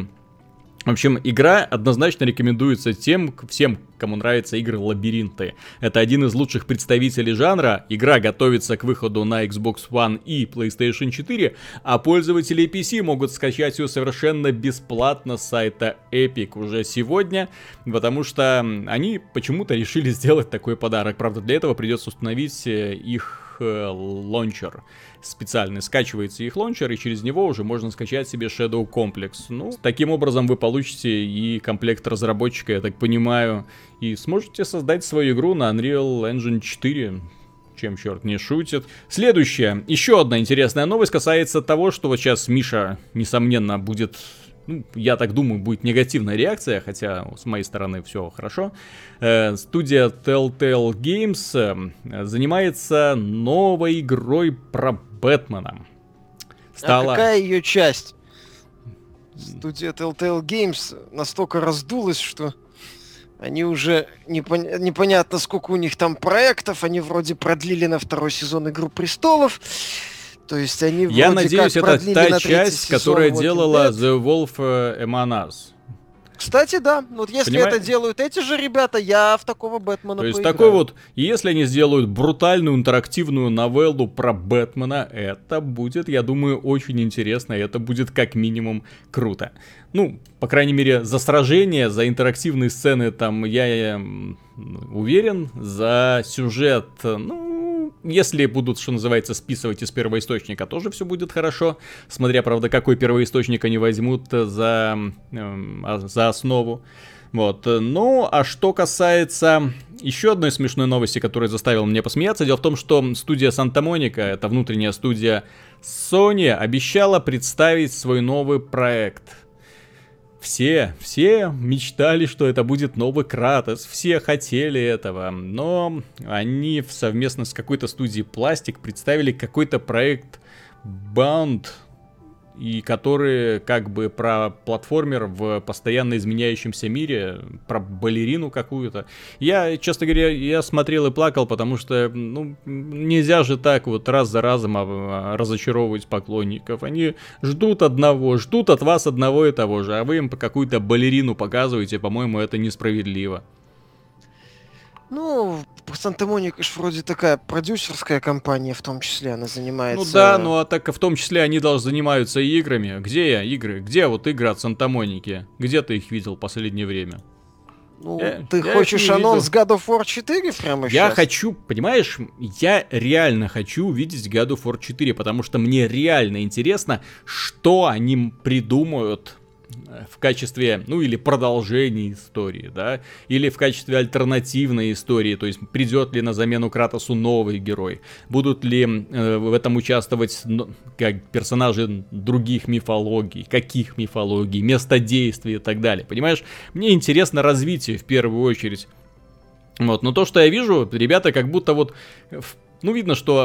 В общем, игра однозначно рекомендуется тем, всем, кому нравятся игры-лабиринты. Это один из лучших представителей жанра. Игра готовится к выходу на Xbox One и PlayStation четыре, а пользователи пи си могут скачать ее совершенно бесплатно с сайта Epic уже сегодня, потому что они почему-то решили сделать такой подарок. Правда, для этого придется установить их лончер специальный. Скачивается их лончер, и через него уже можно скачать себе Shadow Complex. Ну, таким образом вы получите и комплект разработчика, я так понимаю, и сможете создать свою игру на Unreal Engine четыре. Чем черт не шутит. Следующая, еще одна интересная новость касается того, что вот сейчас Миша, несомненно, будет... Ну, я так думаю, будет негативная реакция, хотя с моей стороны все хорошо. Э, студия Telltale Games э, занимается новой игрой про Бэтмена. Стала... А какая ее часть? Студия Telltale Games настолько раздулась, что Они уже непон... непонятно, сколько у них там проектов. Они вроде продлили на второй сезон «Игру престолов». То есть они Я вроде надеюсь, как это продлили та на третий часть, сезон которая Walking делала Dead. The Wolf Among Us. Кстати, да. Вот если Понимаешь? это делают эти же ребята, я в такого Бэтмена То есть поиграю. такой вот, если они сделают брутальную интерактивную новеллу про Бэтмена, это будет, я думаю, очень интересно, и это будет как минимум круто. Ну, по крайней мере, за сражения, за интерактивные сцены там я, я уверен, за сюжет, ну, если будут, что называется, списывать из первоисточника, тоже все будет хорошо, смотря, правда, какой первоисточник они возьмут за, э, за основу. Вот. Ну, а что касается еще одной смешной новости, которая заставила меня посмеяться, дело в том, что студия Santa Monica, это внутренняя студия Sony, обещала представить свой новый проект. Все, все мечтали, что это будет новый Кратос, все хотели этого, но они совместно с какой-то студией Plastic представили какой-то проект Bound, и который как бы про платформер в постоянно изменяющемся мире, про балерину какую-то. Я, честно говоря, я смотрел и плакал, потому что, ну, нельзя же так вот раз за разом разочаровывать поклонников. Они ждут одного, ждут от вас одного и того же, а вы им какую-то балерину показываете, по-моему, это несправедливо. Ну, Санта-Моника ж вроде такая продюсерская компания, в том числе она занимается... Ну да, ну а так в том числе они должны занимаются играми. Где я, игры? Где вот игры от Санта-Моники? Где ты их видел в последнее время? Ну, я, ты я хочешь анонс God of War четыре прямо я сейчас? хочу, понимаешь, я реально хочу увидеть God of War четыре, потому что мне реально интересно, что они придумают в качестве, ну, или продолжения истории, да, или в качестве альтернативной истории, то есть придет ли на замену Кратосу новый герой, будут ли э, в этом участвовать ну, как персонажи других мифологий, каких мифологий, место действия и так далее, понимаешь? Мне интересно развитие в первую очередь. Вот, но то, что я вижу, ребята как будто вот... Ну, видно, что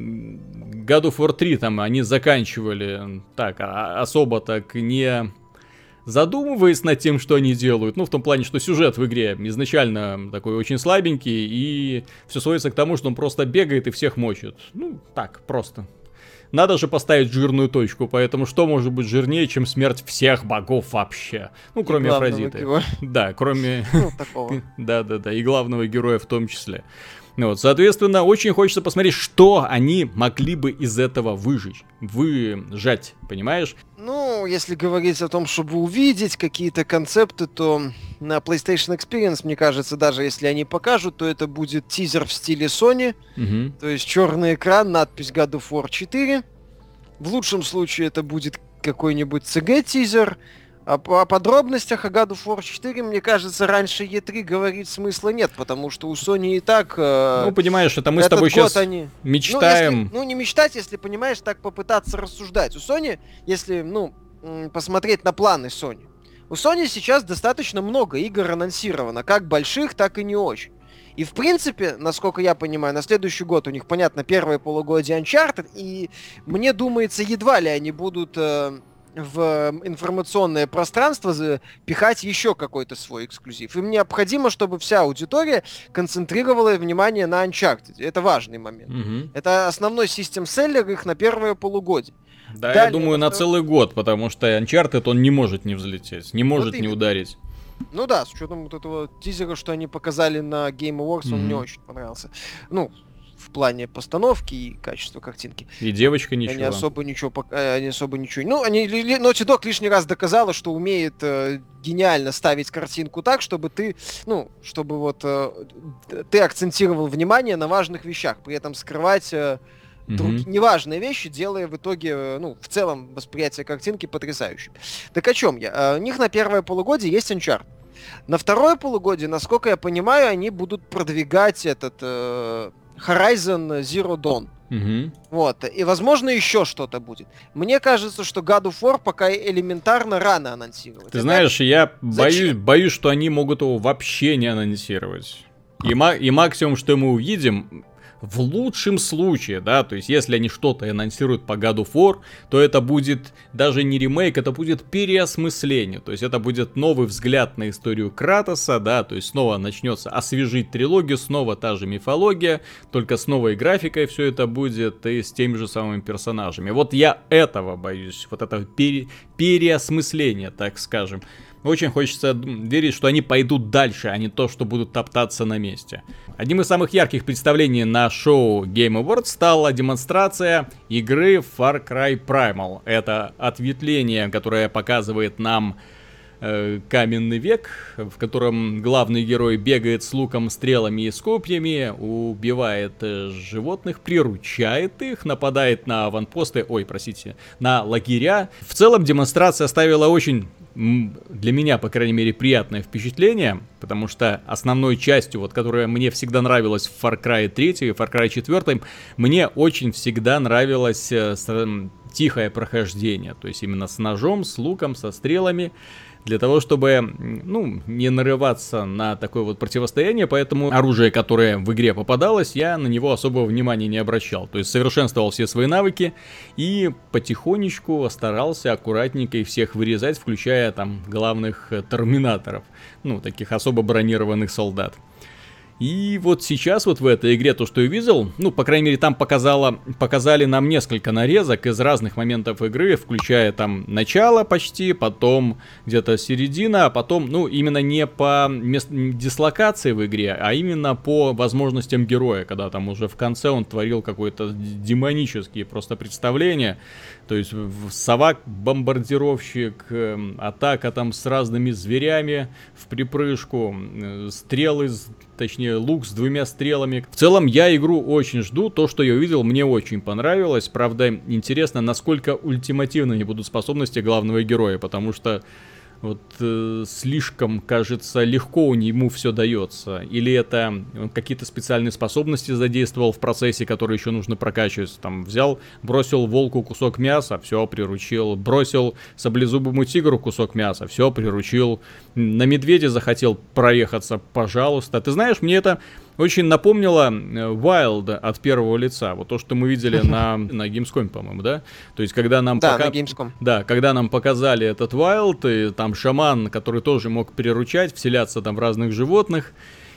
God of War три там они заканчивали так, а, особо так не... задумываясь над тем, что они делают, ну, в том плане, что сюжет в игре изначально такой очень слабенький, и все сводится к тому, что он просто бегает и всех мочит. Ну, так, просто. Надо же поставить жирную точку, поэтому что может быть жирнее, чем смерть всех богов вообще? Ну, кроме Афродиты. Да, кроме... Ну, такого. Да-да-да, и главного героя в том числе. Вот, соответственно, очень хочется посмотреть, что они могли бы из этого выжечь, выжать, понимаешь? Ну, если говорить о том, чтобы увидеть какие-то концепты, то на PlayStation Experience, мне кажется, даже если они покажут, то это будет тизер в стиле Sony, угу. То есть черный экран, надпись God of War четыре. В лучшем случае это будет какой-нибудь си джи-тизер. А о подробностях о God of War четыре, мне кажется, раньше и три говорить смысла нет, потому что у Sony и так... Э, ну, понимаешь, это мы с тобой сейчас они... мечтаем... Ну, если, ну, не мечтать, если, понимаешь, так попытаться рассуждать. У Sony, если, ну, посмотреть на планы Sony, у Sony сейчас достаточно много игр анонсировано, как больших, так и не очень. И, в принципе, насколько я понимаю, на следующий год у них, понятно, первое полугодие Uncharted, и мне думается, едва ли они будут... Э, в информационное пространство пихать еще какой-то свой эксклюзив. Им необходимо, чтобы вся аудитория концентрировала внимание на Uncharted. Это важный момент. Угу. Это основной систем-селлер их на первое полугодие. Да, Далее, я думаю, на целый год, потому что Uncharted, он не может не взлететь, не может вот не ударить. Ну да, с учетом вот этого тизера, что они показали на Game Awards, mm-hmm. он мне очень понравился. Ну, в плане постановки и качества картинки. И девочка ничего. Они особо ничего, они особо ничего. Ну, они, Naughty Dog лишний раз доказала, что умеет э, гениально ставить картинку так, чтобы ты, ну, чтобы вот э, ты акцентировал внимание на важных вещах, при этом скрывать э, mm-hmm. друг, неважные вещи, делая в итоге, э, ну, в целом восприятие картинки потрясающим. Так о чем я? Э, у них на первое полугодие есть Uncharted. На второе полугодие, насколько я понимаю, они будут продвигать этот э, Horizon Zero Dawn. Угу. Вот. И, возможно, еще что-то будет. Мне кажется, что God of War пока элементарно рано анонсировать. Ты Это... знаешь, я боюсь, боюсь, что они могут его вообще не анонсировать. И, ма- и максимум, что мы увидим, в лучшем случае, да, то есть если они что-то анонсируют по God of War, то это будет даже не ремейк, это будет переосмысление, то есть это будет новый взгляд на историю Кратоса, да, то есть снова начнется освежить трилогию, снова та же мифология, только с новой графикой все это будет и с теми же самыми персонажами. Вот я этого боюсь, вот этого пере- переосмысления, так скажем. Очень хочется верить, что они пойдут дальше, а не то, что будут топтаться на месте. Одним из самых ярких представлений на шоу Game Awards стала демонстрация игры Far Cry Primal. Это ответвление, которое показывает нам э, каменный век, в котором главный герой бегает с луком, стрелами и с копьями, убивает э, животных, приручает их, нападает на аванпосты, ой, простите, на лагеря. В целом демонстрация оставила очень... для меня, по крайней мере, приятное впечатление, потому что основной частью, вот, которая мне всегда нравилась в Far Cry три и Far Cry четыре, мне очень всегда нравилось э, с, тихое прохождение, то есть именно с ножом, с луком, со стрелами, для того, чтобы, ну, не нарываться на такое вот противостояние, поэтому оружие, которое в игре попадалось, я на него особого внимания не обращал. То есть совершенствовал все свои навыки и потихонечку старался аккуратненько их всех вырезать, включая там главных терминаторов, ну, таких особо бронированных солдат. И вот сейчас вот в этой игре то, что я видел, ну, по крайней мере, там показало, показали нам несколько нарезок из разных моментов игры, включая там начало почти, потом где-то середина, а потом, ну, именно не по мест... дислокации в игре, а именно по возможностям героя, когда там уже в конце он творил какое-то демонические просто представления. То есть совак-бомбардировщик, атака там с разными зверями в припрыжку, стрелы, точнее лук с двумя стрелами. В целом я игру очень жду, то, что я увидел, мне очень понравилось. Правда, интересно, насколько ультимативными будут способности главного героя, потому что вот э, слишком, кажется, легко ему все дается. Или это он какие-то специальные способности задействовал в процессе, которые еще нужно прокачивать. Там взял, бросил волку кусок мяса, все, приручил. Бросил саблезубому тигру кусок мяса, все, приручил. На медведя захотел проехаться, пожалуйста. Ты знаешь, мне это очень напомнило Wild от первого лица. Вот то, что мы видели на, на Gamescom, по-моему, да? То есть, когда нам да, пока... на Gamescom. Да, когда нам показали этот Wild, и там шаман, который тоже мог приручать, вселяться там в разных животных,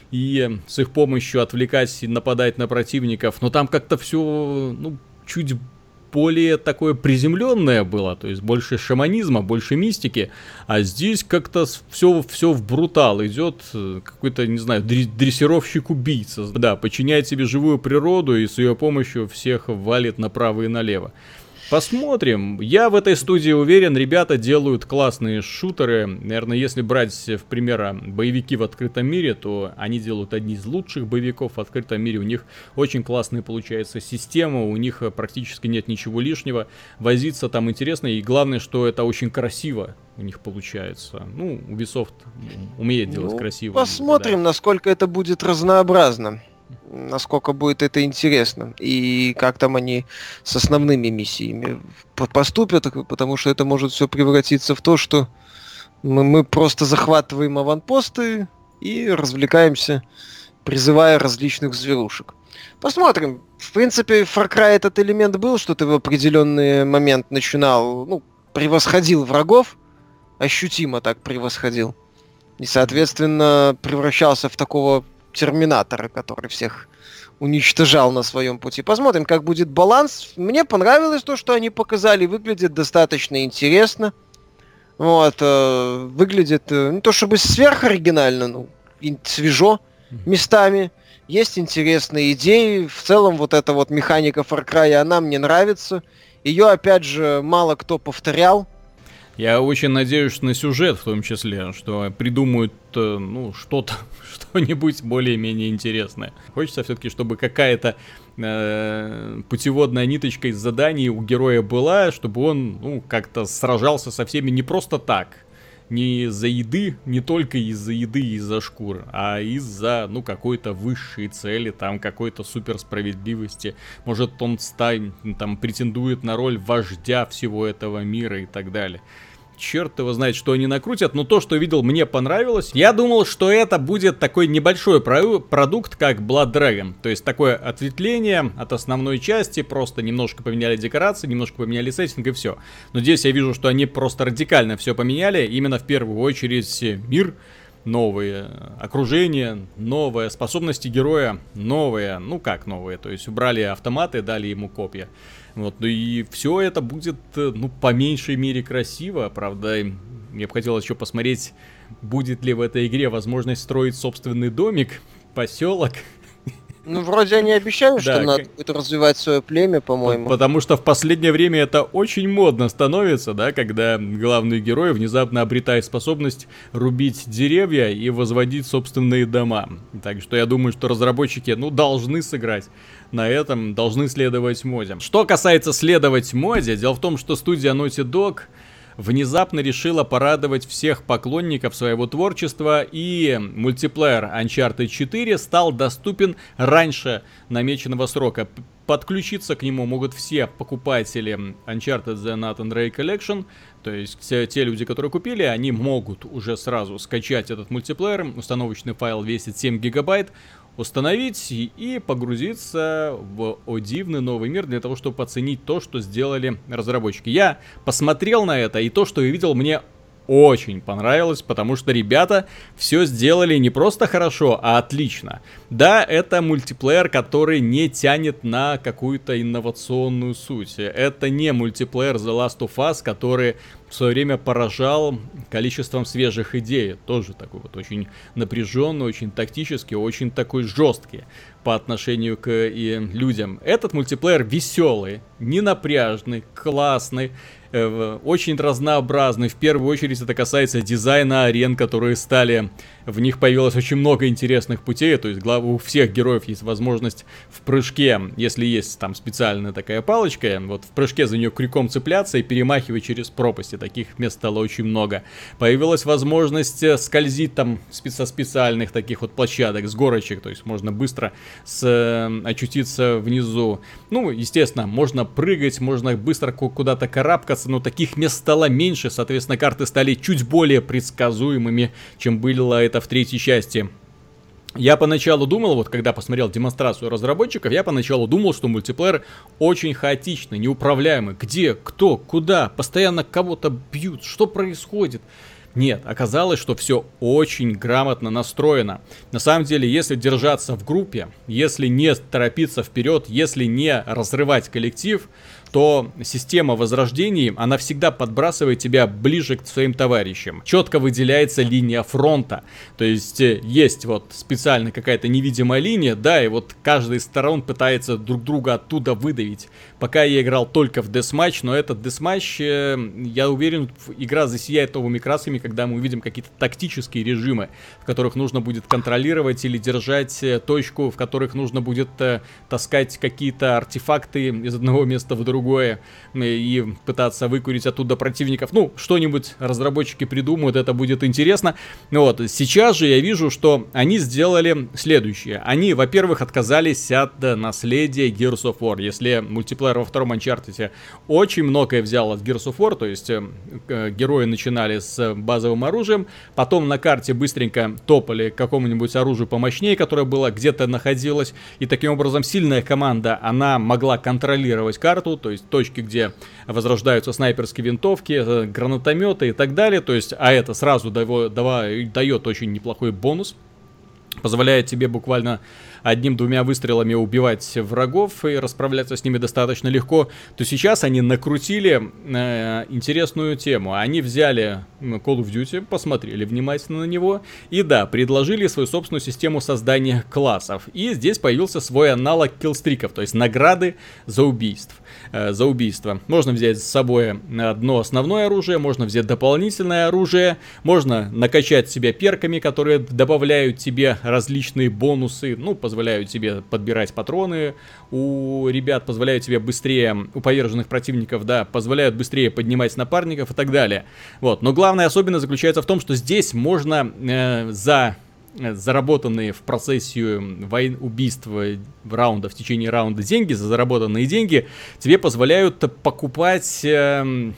и с их помощью отвлекать и нападать на противников. Но там как-то все, ну, чуть более такое приземленное было, то есть больше шаманизма, больше мистики, а здесь как-то все, все в брутал идет, какой-то, не знаю, дрессировщик-убийца, да, подчиняет себе живую природу и с ее помощью всех валит направо и налево. Посмотрим. Я в этой студии уверен, ребята делают классные шутеры. Наверное, если брать в пример боевики в открытом мире, то они делают одни из лучших боевиков в открытом мире. У них очень классная получается система, у них практически нет ничего лишнего. Возиться там интересно, и главное, что это очень красиво у них получается. Ну, Ubisoft умеет делать ну, красиво. Посмотрим, да. Насколько это будет разнообразно. Насколько будет это интересно и как там они с основными миссиями поступят, потому что это может все превратиться в то, что мы, мы просто захватываем аванпосты и развлекаемся, призывая различных зверушек. Посмотрим. В принципе, в Far Cry этот элемент был, что ты в определенный момент начинал, ну, превосходил врагов, ощутимо так превосходил, и, соответственно, превращался в такого терминатора, который всех уничтожал на своем пути. Посмотрим, как будет баланс. Мне понравилось то, что они показали. Выглядит достаточно интересно. Вот. Э, выглядит э, не то чтобы сверхоригинально, но свежо местами. Есть интересные идеи. В целом, вот эта вот механика Far Cry, она мне нравится. Ее, опять же, мало кто повторял. Я очень надеюсь на сюжет в том числе, что придумают, ну, что-то, что-нибудь более-менее интересное. Хочется все-таки, чтобы какая-то э, путеводная ниточка из заданий у героя была, чтобы он, ну, как-то сражался со всеми не просто так. Не из-за еды, не только из-за еды и из-за шкур, а из-за, ну, какой-то высшей цели, там, какой-то суперсправедливости. Может, он станет, там, претендует на роль вождя всего этого мира и так далее. черт его знает, что они накрутят, но то, что видел, мне понравилось. Я думал, что это будет такой небольшой про- продукт, как Blood Dragon, то есть такое ответвление от основной части, просто немножко поменяли декорации, немножко поменяли сеттинг и все. Но здесь я вижу, что они просто радикально все поменяли, именно в первую очередь мир, новые окружения, новые способности героя, новые, ну как новые, то есть убрали автоматы, дали ему копья. Вот, ну и все это будет, ну, по меньшей мере красиво, правда, мне бы хотелось еще посмотреть, будет ли в этой игре возможность строить собственный домик, поселок. Ну, вроде они обещают, что Да, надо как- будет развивать свое племя, по-моему. Потому что в последнее время это очень модно становится, да, когда главный герой внезапно обретает способность рубить деревья и возводить собственные дома. Так что я думаю, что разработчики, ну, должны сыграть на этом, должны следовать моде. Что касается следовать моде, дело в том, что студия Naughty Dog внезапно решила порадовать всех поклонников своего творчества, и мультиплеер Uncharted четыре стал доступен раньше намеченного срока. П- Подключиться к нему могут все покупатели Uncharted The Nathan Drake Collection, то есть те, те люди, которые купили, они могут уже сразу скачать этот мультиплеер, установочный файл весит семь гигабайт, установить и, и погрузиться в о дивный новый мир для того, чтобы оценить то, что сделали разработчики. Я посмотрел на это, и то, что я видел, мне очень понравилось, потому что ребята все сделали не просто хорошо, а отлично. Да, это мультиплеер, который не тянет на какую-то инновационную суть. Это не мультиплеер The Last of Us, который в свое время поражал количеством свежих идей. Тоже такой вот очень напряженный, очень тактический, очень такой жесткий по отношению к и людям. Этот мультиплеер веселый, ненапряжный, классный, э, очень разнообразный. В первую очередь это касается дизайна арен, которые стали... В них появилось очень много интересных путей, то есть глав... у всех героев есть возможность в прыжке, если есть там специальная такая палочка, вот в прыжке за нее крюком цепляться и перемахивать через пропасти. Таких мест стало очень много. Появилась возможность скользить там со специальных таких вот площадок, с горочек, то есть можно быстро с... очутиться внизу. Ну, естественно, можно прыгать, можно быстро куда-то карабкаться, но таких мест стало меньше, соответственно, карты стали чуть более предсказуемыми, чем было это в третьей части. Я поначалу думал, вот когда посмотрел демонстрацию разработчиков, я поначалу думал, что мультиплеер очень хаотичный, неуправляемый. Где, кто, куда, постоянно кого-то бьют, что происходит? Нет, оказалось, что все очень грамотно настроено. На самом деле, если держаться в группе, если не торопиться вперед, если не разрывать коллектив, то система возрождений, она всегда подбрасывает тебя ближе к своим товарищам. Четко выделяется линия фронта. То есть есть вот специально какая-то невидимая линия, да, и вот каждая из сторон пытается друг друга оттуда выдавить. Пока я играл только в Deathmatch, но этот Deathmatch, я уверен, игра засияет новыми красками, когда мы увидим какие-то тактические режимы, в которых нужно будет контролировать или держать точку, в которых нужно будет таскать какие-то артефакты из одного места в другое и пытаться выкурить оттуда противников. Ну, что-нибудь разработчики придумают, это будет интересно. Вот, сейчас же я вижу, что они сделали следующее. Они, во-первых, отказались от наследия Gears of War. Если мультиплеер во втором Uncharted очень многое взял от Gears of War, то есть э, герои начинали с базовым оружием, потом на карте быстренько топали к какому-нибудь оружию помощнее, которое было где-то находилось, и таким образом сильная команда, она могла контролировать карту, то есть точки, где возрождаются снайперские винтовки, гранатометы и так далее, то есть, а это сразу дает очень неплохой бонус, позволяет тебе буквально одним-двумя выстрелами убивать врагов и расправляться с ними достаточно легко, то сейчас они накрутили э, интересную тему. Они взяли Call of Duty, посмотрели внимательно на него и, да, предложили свою собственную систему создания классов. И здесь появился свой аналог киллстриков, то есть награды за убийств. Э, за убийство. Можно взять с собой одно основное оружие, можно взять дополнительное оружие, можно накачать себя перками, которые добавляют тебе различные бонусы, ну, позволяют тебе подбирать патроны у ребят, позволяют тебе быстрее, у поверженных противников, да, позволяют быстрее поднимать напарников и так далее. Вот, но главная особенность заключается в том, что здесь можно э, за заработанные в процессе войн, убийства раунда, в течение раунда деньги, за заработанные деньги тебе позволяют покупать... Э,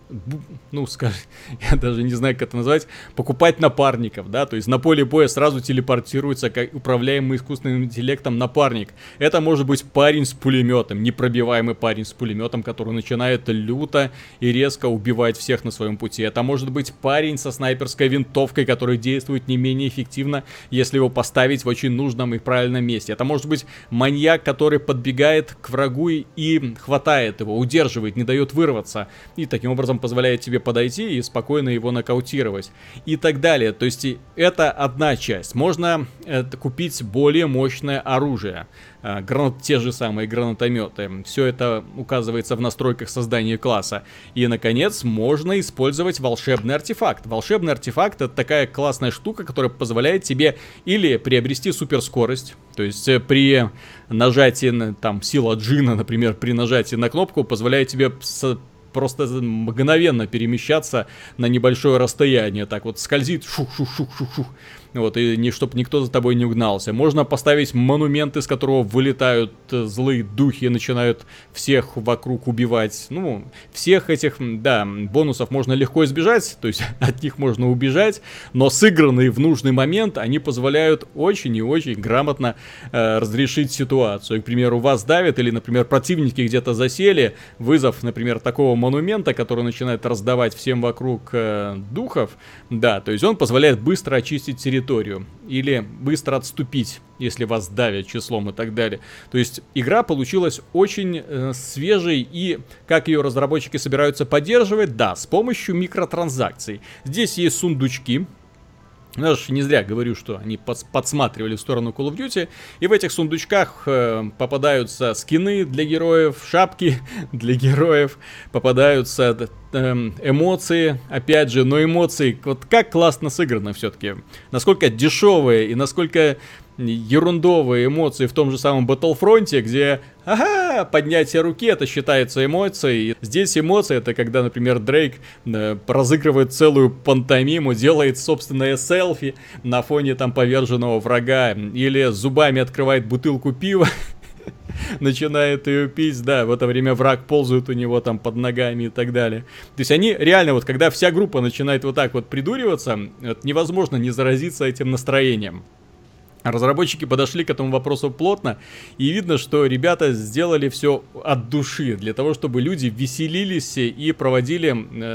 ну, скажем, я даже не знаю, как это назвать, покупать напарников, да, то есть на поле боя сразу телепортируется как управляемый искусственным интеллектом напарник. Это может быть парень с пулеметом, непробиваемый парень с пулеметом, который начинает люто и резко убивать всех на своем пути. Это может быть парень со снайперской винтовкой, который действует не менее эффективно, если его поставить в очень нужном и правильном месте. Это может быть маньяк, который подбегает к врагу и хватает его, удерживает, не дает вырваться, и таким образом позволяет тебе подойти и спокойно его нокаутировать и так далее. То есть это одна часть. Можно э, купить более мощное оружие, э, гранат, те же самые гранатометы. Все это указывается в настройках создания класса. И, наконец, можно использовать волшебный артефакт. Волшебный артефакт — это такая классная штука, которая позволяет тебе или приобрести суперскорость, то есть э, при нажатии, на, там, сила джина, например, при нажатии на кнопку позволяет тебе с просто мгновенно перемещаться на небольшое расстояние. Так вот скользит, шух-шух-шух-шух-шух. Вот, и не, чтобы никто за тобой не угнался. Можно поставить монумент, из которого вылетают злые духи и начинают всех вокруг убивать. Ну, всех этих, да, бонусов можно легко избежать, то есть от них можно убежать, но сыгранные в нужный момент они позволяют очень и очень грамотно э, разрешить ситуацию. К примеру, вас давят или, например, противники где-то засели, вызов, например, такого монумента, который начинает раздавать всем вокруг э, духов, да, то есть он позволяет быстро очистить территорию или быстро отступить, если вас давят числом и так далее. То есть игра получилась очень э, свежей, и как ее разработчики собираются поддерживать? Да, с помощью микротранзакций. Здесь есть сундучки. Я же не зря говорю, что они подсматривали в сторону Call of Duty, и в этих сундучках э, попадаются скины для героев, шапки для героев, попадаются э, эмоции, опять же, но эмоции, вот как классно сыграно все-таки, насколько дешевые и насколько ерундовые эмоции в том же самом Battlefront, где, ага, поднятие руки, это считается эмоцией. Здесь эмоции — это когда, например, Дрейк э, разыгрывает целую пантомиму, делает собственное селфи на фоне там поверженного врага, или зубами открывает бутылку пива, начинает ее пить, да, в это время враг ползает у него там под ногами и так далее. То есть они реально, вот когда вся группа начинает вот так вот придуриваться, вот, невозможно не заразиться этим настроением. Разработчики подошли к этому вопросу плотно, и видно, что ребята сделали все от души, для того, чтобы люди веселились и проводили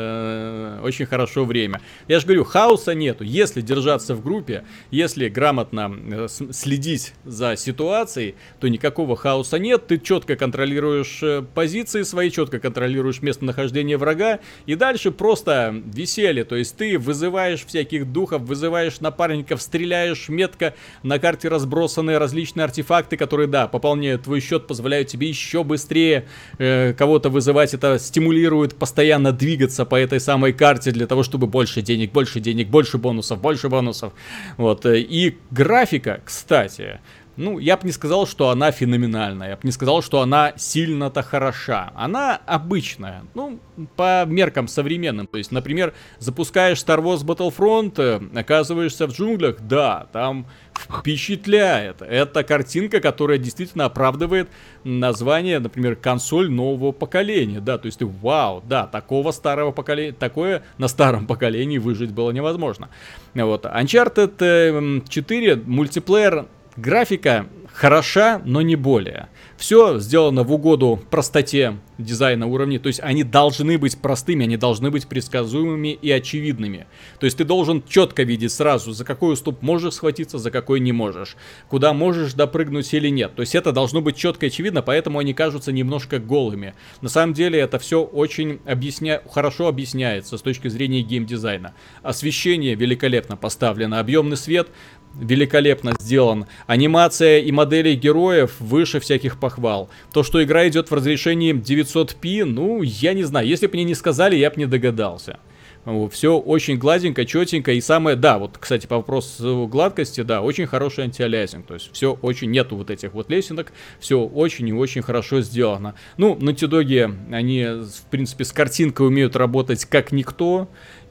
э, очень хорошо время. Я же говорю, хаоса нету. Если держаться в группе, если грамотно э, следить за ситуацией, то никакого хаоса нет. Ты четко контролируешь э, позиции свои, четко контролируешь местонахождение врага, и дальше просто веселье. То есть ты вызываешь всяких духов, вызываешь напарников, стреляешь метко. На карте разбросаны различные артефакты, которые, да, пополняют твой счет, позволяют тебе еще быстрее э, кого-то вызывать. Это стимулирует постоянно двигаться по этой самой карте для того, чтобы больше денег, больше денег, больше бонусов, больше бонусов. Вот. И графика, кстати, ну, я бы не сказал, что она феноменальная, я бы не сказал, что она сильно-то хороша. Она обычная, ну, по меркам современным. То есть, например, запускаешь Star Wars Battlefront, оказываешься в джунглях, да, там впечатляет. Это картинка, которая действительно оправдывает название, например, консоль нового поколения, да, то есть ты, вау, да, такого старого поколения, такое на старом поколении выжить было невозможно. Вот, Uncharted четыре, мультиплеер, графика хороша, но не более. Все сделано в угоду простоте дизайна уровней. То есть они должны быть простыми, они должны быть предсказуемыми и очевидными. То есть ты должен четко видеть сразу, за какой уступ можешь схватиться, за какой не можешь. Куда можешь допрыгнуть или нет. То есть это должно быть четко и очевидно, поэтому они кажутся немножко голыми. На самом деле это все очень объясня... хорошо объясняется с точки зрения геймдизайна. Освещение великолепно поставлено, объемный свет великолепно сделан. Анимация и модели героев выше всяких похвал. То, что игра идет в разрешении девятьсот пи, ну, я не знаю. Если бы мне не сказали, я бы не догадался. Все очень гладенько, четенько. И самое, да, вот, кстати, по вопросу гладкости, да, очень хороший антиалиасинг. То есть все очень, нету вот этих вот лесенок. Все очень и очень хорошо сделано. Ну, Naughty Dog, они, в принципе, с картинкой умеют работать как никто.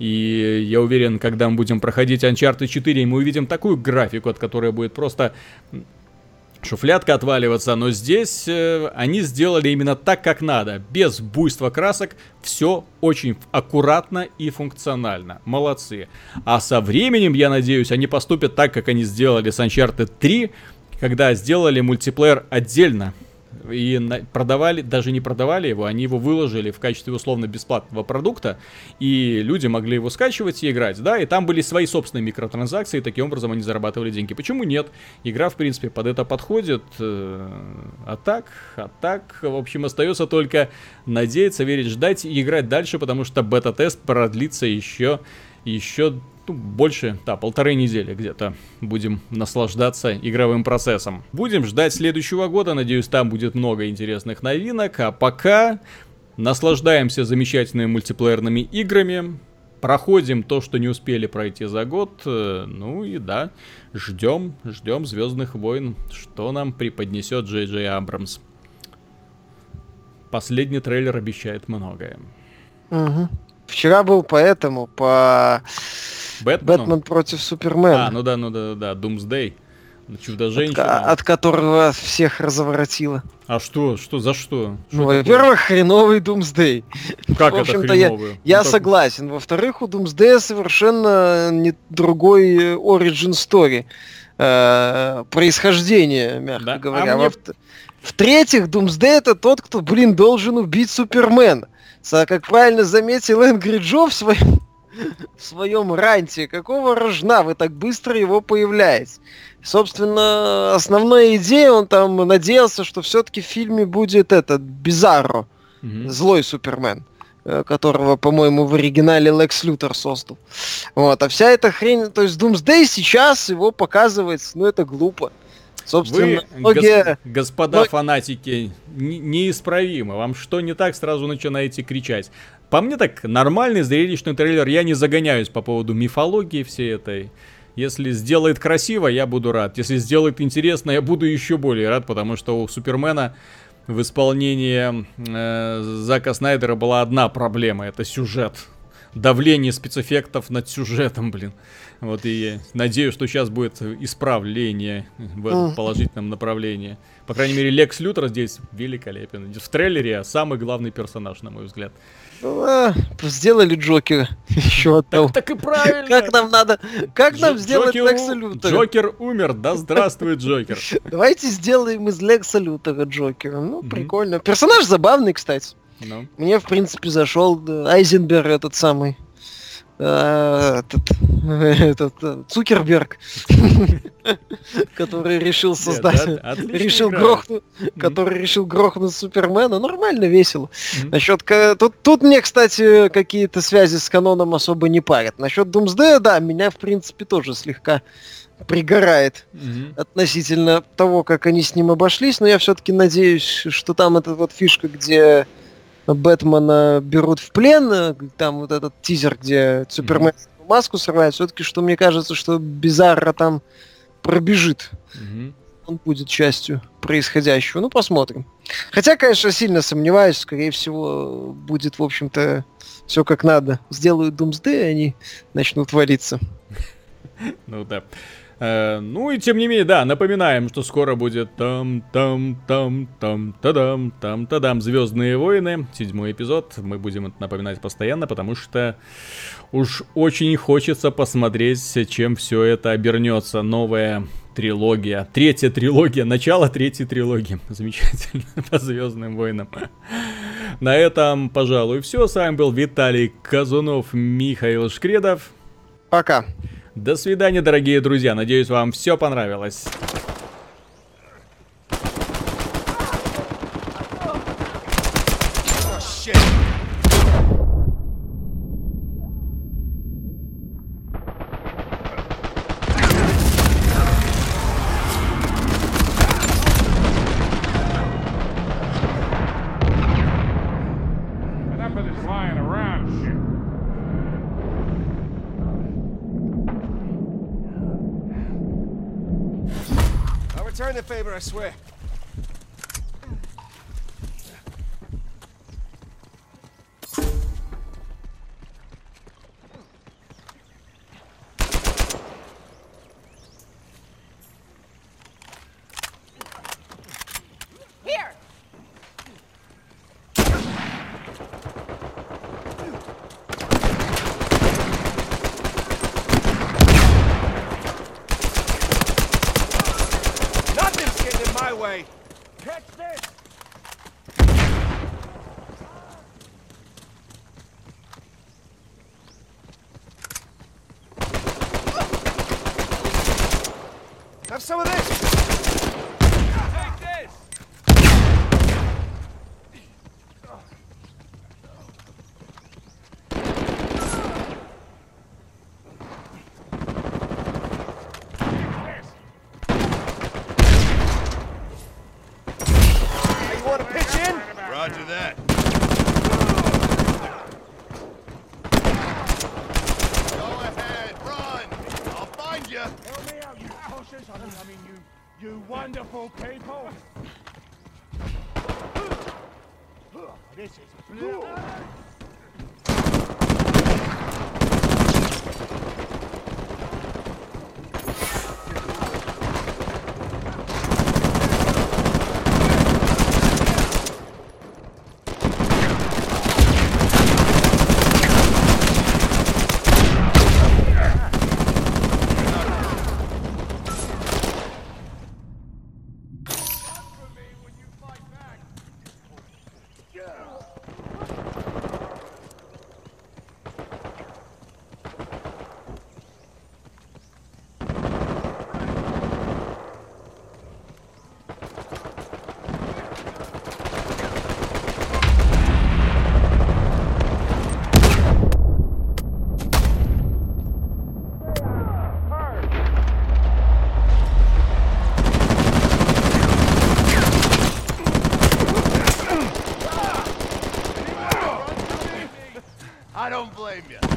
И я уверен, когда мы будем проходить Uncharted четыре, мы увидим такую графику, от которой будет просто шуфлядка отваливаться, но здесь э, они сделали именно так, как надо, без буйства красок, все очень аккуратно и функционально, молодцы. А со временем, я надеюсь, они поступят так, как они сделали с Uncharted три, когда сделали мультиплеер отдельно. И на- продавали, даже не продавали его, они его выложили в качестве условно-бесплатного продукта, и люди могли его скачивать и играть, да, и там были свои собственные микротранзакции, и таким образом они зарабатывали деньги. Почему нет? Игра, в принципе, под это подходит, э, а так, а так, в общем, остается только надеяться, верить, ждать и играть дальше, потому что бета-тест продлится еще, еще ну, больше, да, полторы недели где-то будем наслаждаться игровым процессом. Будем ждать следующего года, надеюсь, там будет много интересных новинок, а пока наслаждаемся замечательными мультиплеерными играми, проходим то, что не успели пройти за год, ну и да, ждем, ждем Звездных войн, что нам преподнесет Джей Джей Абрамс. Последний трейлер обещает многое. Угу. Вчера был по этому, по... Бэтмену? Бэтмен против Супермена. А, ну да, ну да, да, Думсдей. Чудо-женщина. От, от которого всех разворотило. А что? Что? За что? Ну, во-первых, хреновый Думсдей. Как В это общем-то, хреновый? Я, я ну, как... согласен. Во-вторых, у Думсдея совершенно не другой origin story. Э, происхождение, мягко да? говоря. А мне... В-третьих, Думсдей это тот, кто, блин, должен убить Супермена. Как правильно заметил Энгри Джо в своем... в своем ранте. Какого рожна вы так быстро его появляете? Собственно, основная идея, он там надеялся, что все-таки в фильме будет этот Бизарро, mm-hmm. злой Супермен, которого, по-моему, в оригинале Лекс Лютер создал. Вот, а вся эта хрень, то есть Думсдей сейчас его показывается, ну это глупо. Собственно, вы, многие... гос- господа Но... фанатики, не- неисправимы. Вам что не так, сразу начинаете кричать. По мне так, нормальный зрелищный трейлер. Я не загоняюсь по поводу мифологии всей этой. Если сделает красиво, я буду рад. Если сделает интересно, я буду еще более рад, потому что у Супермена в исполнении э, Зака Снайдера была одна проблема. Это сюжет. Давление спецэффектов над сюжетом, блин. Вот и надеюсь, что сейчас будет исправление в этом положительном направлении. По крайней мере, Лекс Лютер здесь великолепен. В трейлере самый главный персонаж, на мой взгляд. Ну, а, сделали Джокера еще одного. Так, так и правильно. Как нам надо, как Дж- нам сделать Джокер, Лекса Лютера? Джокер умер, да здравствует Джокер. Давайте сделаем из Лекса Лютера Джокера. Ну, Мгм. прикольно. Персонаж забавный, кстати. Ну. Мне, в принципе, зашел да, Айзенберг этот самый. а, Этот, этот, э, Цукерберг, который решил создать, Нет, да, отлично решил играет. грохнуть, который решил грохнуть Супермена. Нормально, весело. Насчет ка- тут, тут мне, кстати, какие-то связи с каноном особо не парят. Насчет Думсдея, да, меня, в принципе, тоже слегка пригорает Мгм. относительно того, как они с ним обошлись, но я все-таки надеюсь, что там эта вот фишка, где Бэтмена берут в плен, э, там вот этот тизер, где Супермен маску срывает, все-таки, что мне кажется, что Бизарро там пробежит. Мгм. Он будет частью происходящего. Ну, посмотрим. Хотя, конечно, сильно сомневаюсь, скорее всего, будет, в общем-то, все как надо. Сделают Думсдей, и они начнут валиться. Ну да. Э, ну и тем не менее, да, напоминаем, что скоро будет там там там там тадам там тадам Звездные войны, седьмой эпизод. Мы будем это напоминать постоянно, потому что уж очень хочется посмотреть, чем все это обернется. Новая трилогия, третья трилогия, начало третьей трилогии. Замечательно, по Звездным войнам. На этом, пожалуй, все. С вами был Виталий Казунов, Михаил Шкредов. Пока. До свидания, дорогие друзья. Надеюсь, вам все понравилось. Enough of this lying around shit. I'll return the favor, I swear. Roger that. Go ahead, run. I'll find you. Help me out, you pushers. I mean, I mean, you, you wonderful people. This is blue. I don't blame you.